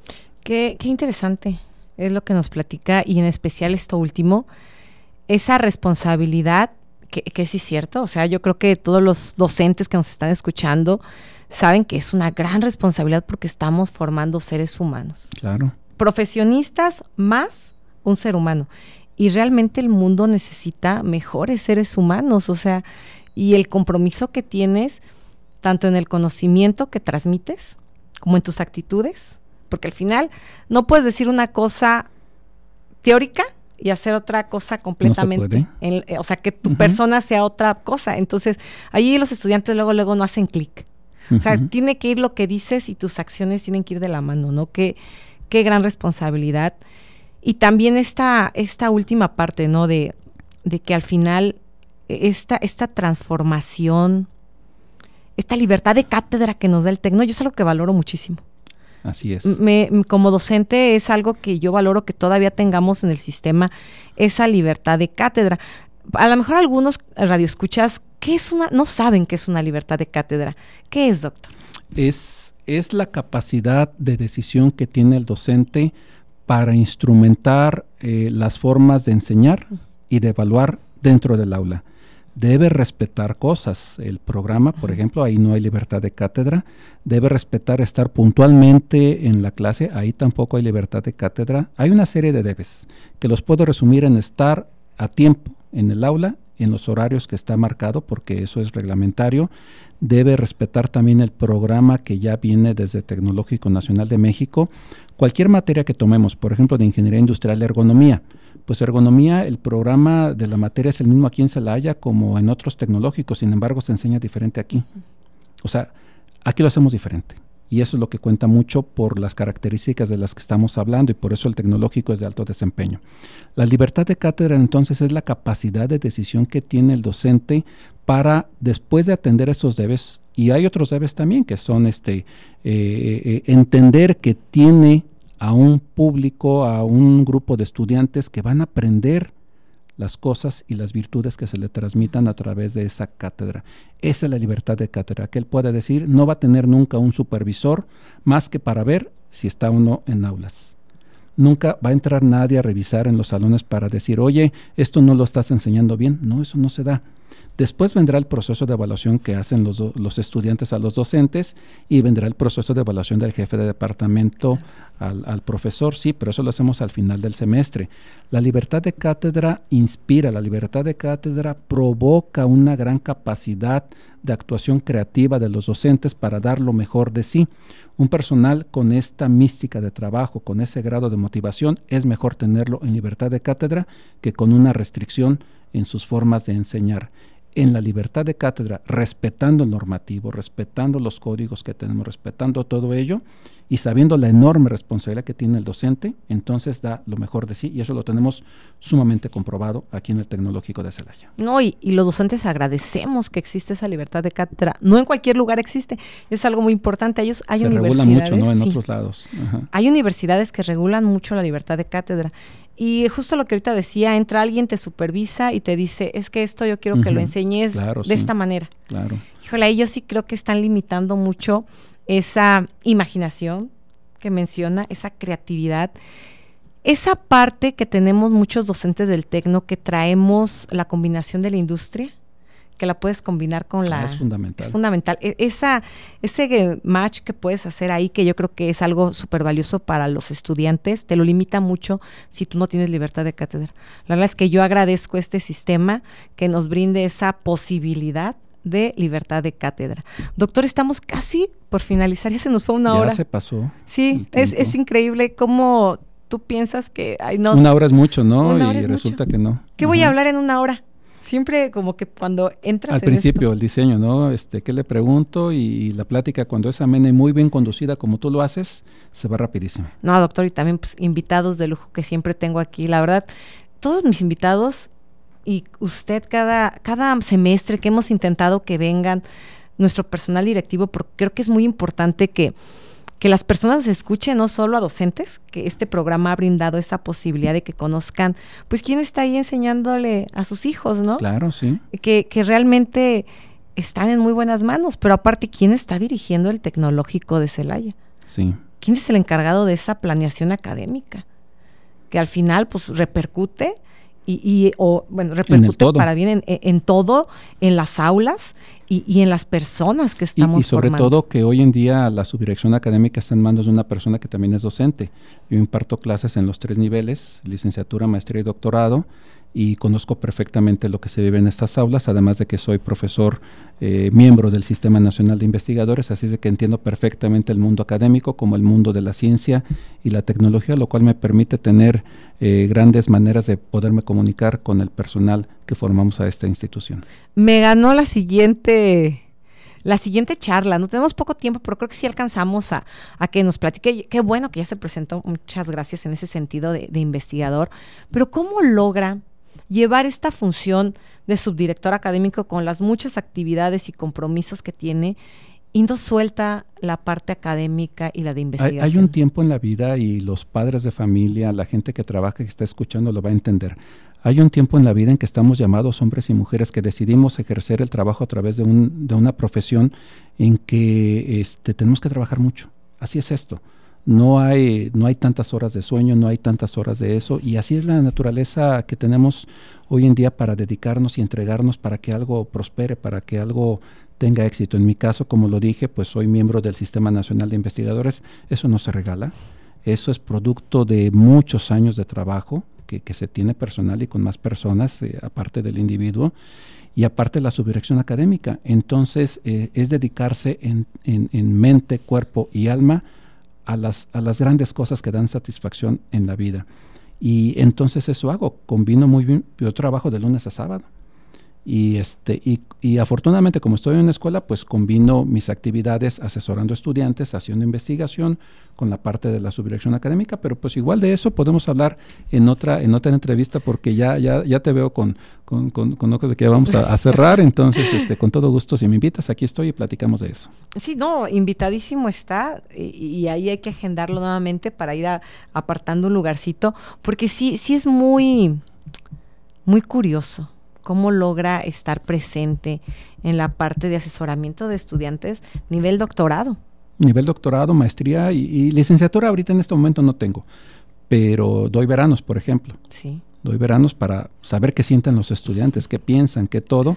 Qué, qué interesante es lo que nos platica y en especial esto último, esa responsabilidad que, que sí es cierto, o sea, yo creo que todos los docentes que nos están escuchando saben que es una gran responsabilidad porque estamos formando seres humanos. Claro. Profesionistas más un ser humano. Y realmente el mundo necesita mejores seres humanos, o sea, y el compromiso que tienes, tanto en el conocimiento que transmites, como en tus actitudes, porque al final no puedes decir una cosa teórica y hacer otra cosa completamente. No se puede. En, o sea, que tu uh-huh. persona sea otra cosa. Entonces, allí los estudiantes luego, luego no hacen clic. Uh-huh. O sea, tiene que ir lo que dices y tus acciones tienen que ir de la mano, ¿no? Qué, qué gran responsabilidad. Y también esta, esta última parte, ¿no? De, de que al final esta, esta transformación, esta libertad de cátedra que nos da el Tecno, yo es algo que valoro muchísimo. Así es. Me, como docente es algo que yo valoro que todavía tengamos en el sistema, esa libertad de cátedra. A lo mejor algunos radioescuchas, ¿qué es una? No saben qué es una libertad de cátedra. ¿Qué es, doctor? Es, es la capacidad de decisión que tiene el docente para instrumentar eh, las formas de enseñar y de evaluar dentro del aula. Debe respetar cosas. El programa, por ejemplo, ahí no hay libertad de cátedra. Debe respetar estar puntualmente en la clase. Ahí tampoco hay libertad de cátedra. Hay una serie de debes que los puedo resumir en estar a tiempo en el aula, en los horarios que está marcado, porque eso es reglamentario. Debe respetar también el programa que ya viene desde Tecnológico Nacional de México. Cualquier materia que tomemos, por ejemplo, de Ingeniería Industrial, Ergonomía, pues ergonomía, el programa de la materia es el mismo aquí en Celaya como en otros tecnológicos, sin embargo se enseña diferente aquí. O sea, aquí lo hacemos diferente. Y eso es lo que cuenta mucho por las características de las que estamos hablando y por eso el tecnológico es de alto desempeño. La libertad de cátedra entonces es la capacidad de decisión que tiene el docente para, después de atender esos debes, y hay otros debes también que son este eh, eh, entender que tiene a un público, a un grupo de estudiantes que van a aprender las cosas y las virtudes que se le transmitan a través de esa cátedra. Esa es la libertad de cátedra, que él puede decir, no va a tener nunca un supervisor más que para ver si está uno en aulas. Nunca va a entrar nadie a revisar en los salones para decir, oye, esto no lo estás enseñando bien. No, eso no se da. Después vendrá el proceso de evaluación que hacen los, do, los estudiantes a los docentes y vendrá el proceso de evaluación del jefe de departamento al, al profesor, sí, pero eso lo hacemos al final del semestre. La libertad de cátedra inspira, la libertad de cátedra provoca una gran capacidad de actuación creativa de los docentes para dar lo mejor de sí. Un personal con esta mística de trabajo, con ese grado de motivación, es mejor tenerlo en libertad de cátedra que con una restricción en sus formas de enseñar. En la libertad de cátedra, respetando el normativo, respetando los códigos que tenemos, respetando todo ello y sabiendo la enorme responsabilidad que tiene el docente, entonces da lo mejor de sí y eso lo tenemos sumamente comprobado aquí en el Tecnológico de Celaya. No, y, y los docentes agradecemos que existe esa libertad de cátedra. No en cualquier lugar existe, es algo muy importante. Hay, hay Se universidades, regula mucho, ¿no? En sí. otros lados. Ajá. Hay universidades que regulan mucho la libertad de cátedra. Y justo lo que ahorita decía, entra alguien, te supervisa y te dice, es que esto yo quiero uh-huh. que lo enseñes claro, de sí. esta manera. Claro. Híjole, ahí yo sí creo que están limitando mucho esa imaginación que menciona, esa creatividad, esa parte que tenemos muchos docentes del Tecno que traemos la combinación de la industria, que la puedes combinar con la... Ah, es fundamental. Es fundamental. E- esa, ese match que puedes hacer ahí, que yo creo que es algo súper valioso para los estudiantes, te lo limita mucho si tú no tienes libertad de cátedra. La verdad es que yo agradezco este sistema que nos brinde esa posibilidad de libertad de cátedra. Doctor, estamos casi por finalizar, ya se nos fue una ya hora. Ya se pasó. Sí, es, es increíble cómo tú piensas que... Ay, no, una hora es mucho, ¿no? Y es resulta mucho. que no. ¿Qué uh-huh. voy a hablar en una hora? Siempre como que cuando entras al en principio esto, el diseño, ¿no? Este, ¿qué le pregunto? Y, y la plática cuando es amena y muy bien conducida como tú lo haces, se va rapidísimo. No, doctor, y también pues invitados de lujo que siempre tengo aquí. La verdad, todos mis invitados y usted cada, cada semestre que hemos intentado que vengan, nuestro personal directivo, porque creo que es muy importante que que las personas escuchen, no solo a docentes, que este programa ha brindado esa posibilidad de que conozcan, pues, quién está ahí enseñándole a sus hijos, ¿no? Claro, sí. Que, que realmente están en muy buenas manos, pero aparte, ¿quién está dirigiendo el Tecnológico de Celaya? Sí. ¿Quién es el encargado de esa planeación académica? Que al final, pues, repercute y, y o, bueno, repercute para bien en, en todo, en las aulas y, y en las personas que estamos y, y sobre formando. todo que hoy en día la subdirección académica está en manos de una persona que también es docente. Yo imparto clases en los tres niveles, licenciatura, maestría y doctorado, y conozco perfectamente lo que se vive en estas aulas, además de que soy profesor eh, miembro del Sistema Nacional de Investigadores, así es de que entiendo perfectamente el mundo académico como el mundo de la ciencia y la tecnología, lo cual me permite tener eh, grandes maneras de poderme comunicar con el personal que formamos a esta institución. Me ganó la siguiente... La siguiente charla, no tenemos poco tiempo, pero creo que sí alcanzamos a, a que nos platique. Qué bueno que ya se presentó, muchas gracias en ese sentido de, de investigador. Pero ¿cómo logra llevar esta función de subdirector académico con las muchas actividades y compromisos que tiene y no suelta la parte académica y la de investigación? Hay, hay un tiempo en la vida, y los padres de familia, la gente que trabaja, que está escuchando, lo va a entender. Hay un tiempo en la vida en que estamos llamados, hombres y mujeres, que decidimos ejercer el trabajo a través de, un, de una profesión en que este, tenemos que trabajar mucho. Así es esto. No hay, no hay tantas horas de sueño, no hay tantas horas de eso, y así es la naturaleza que tenemos hoy en día para dedicarnos y entregarnos para que algo prospere, para que algo tenga éxito. En mi caso, como lo dije, pues soy miembro del Sistema Nacional de Investigadores. Eso no se regala, eso es producto de muchos años de trabajo que, que se tiene personal y con más personas, eh, aparte del individuo, y aparte la subdirección académica. Entonces, eh, es dedicarse en, en, en mente, cuerpo y alma a las, a las grandes cosas que dan satisfacción en la vida. Y entonces eso hago, combino muy bien. Yo trabajo de lunes a sábado. Y, este, y, y afortunadamente, como estoy en una escuela, pues combino mis actividades asesorando estudiantes, haciendo investigación con la parte de la subdirección académica, pero pues igual de eso podemos hablar en otra en otra entrevista, porque ya ya, ya te veo con, con, con, con ojos de que vamos a, a cerrar. Entonces, este, con todo gusto, si me invitas, aquí estoy y platicamos de eso. Sí, no, invitadísimo está, y, y ahí hay que agendarlo nuevamente para ir a, apartando un lugarcito, porque sí, sí es muy, muy curioso cómo logra estar presente en la parte de asesoramiento de estudiantes nivel doctorado. Nivel doctorado, maestría y, y licenciatura ahorita en este momento no tengo, pero doy veranos, por ejemplo. Sí. Doy veranos para saber qué sienten los estudiantes, qué piensan, qué todo,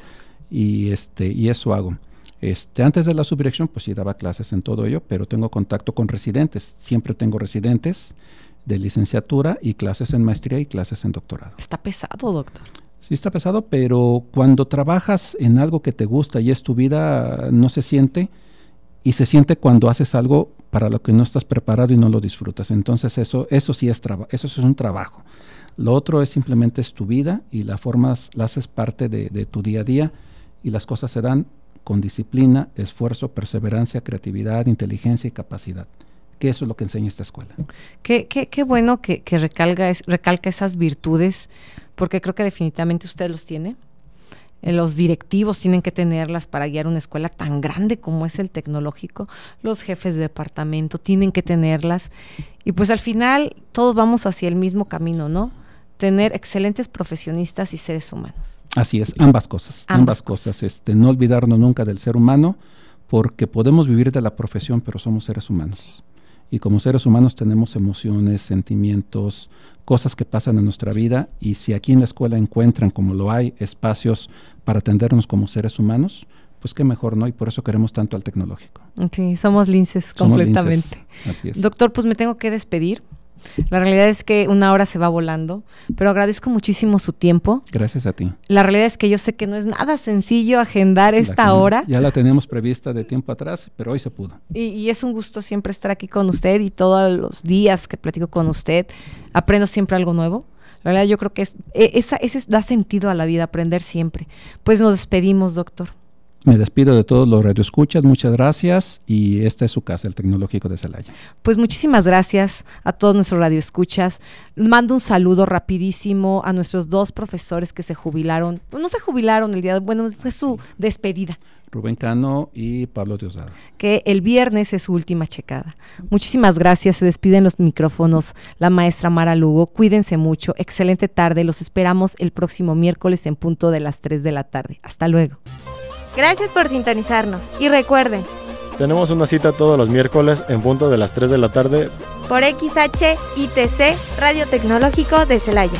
y este y eso hago. Este, antes de la subdirección, pues sí daba clases en todo ello, pero tengo contacto con residentes. Siempre tengo residentes de licenciatura y clases en maestría y clases en doctorado. Está pesado, doctor. Sí está pesado, pero cuando trabajas en algo que te gusta y es tu vida, no se siente, y se siente cuando haces algo para lo que no estás preparado y no lo disfrutas. Entonces eso, eso sí es trabajo, eso sí es un trabajo. Lo otro es simplemente es tu vida y la formas, la haces parte de, de tu día a día, y las cosas se dan con disciplina, esfuerzo, perseverancia, creatividad, inteligencia y capacidad. Que eso es lo que enseña esta escuela. Qué, qué, qué bueno que, que recalca, es, recalca esas virtudes, porque creo que definitivamente usted los tiene. Eh, los directivos tienen que tenerlas para guiar una escuela tan grande como es el tecnológico. Los jefes de departamento tienen que tenerlas. Y pues al final todos vamos hacia el mismo camino, ¿no? Tener excelentes profesionistas y seres humanos. Así es, ambas cosas, ambas, ambas cosas. cosas. Este, no olvidarnos nunca del ser humano, porque podemos vivir de la profesión, pero somos seres humanos. Y como seres humanos tenemos emociones, sentimientos, cosas que pasan en nuestra vida, y si aquí en la escuela encuentran, como lo hay, espacios para atendernos como seres humanos, pues qué mejor, ¿no? Y por eso queremos tanto al tecnológico. Sí, somos linces somos completamente. Linces, así es. Doctor, pues me tengo que despedir. La realidad es que una hora se va volando, pero agradezco muchísimo su tiempo. Gracias a ti. La realidad es que yo sé que no es nada sencillo agendar esta la, hora. Ya la teníamos prevista de tiempo atrás, pero hoy se pudo. Y, y es un gusto siempre estar aquí con usted, y todos los días que platico con usted aprendo siempre algo nuevo. La verdad yo creo que es, esa, ese da sentido a la vida, aprender siempre. Pues nos despedimos, doctor. Me despido de todos los radioescuchas, muchas gracias, y esta es su casa, el Tecnológico de Celaya. Pues muchísimas gracias a todos nuestros radioescuchas. Mando un saludo rapidísimo a nuestros dos profesores que se jubilaron, no se jubilaron el día de, bueno, fue su despedida. Rubén Cano y Pablo Diosdado. Que el viernes es su última checada. Muchísimas gracias, se despiden los micrófonos la maestra Mara Lugo. Cuídense mucho, excelente tarde, los esperamos el próximo miércoles en punto de las tres de la tarde. Hasta luego. Gracias por sintonizarnos. Y recuerden, tenemos una cita todos los miércoles en punto de las tres de la tarde por X H I T C Radio Tecnológico de Celaya.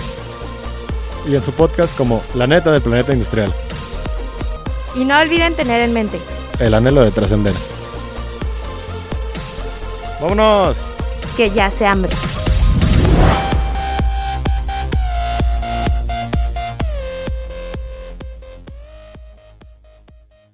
Y en su podcast como La Neta del Planeta Industrial. Y no olviden tener en mente el anhelo de trascender. ¡Vámonos! Que ya se hambre.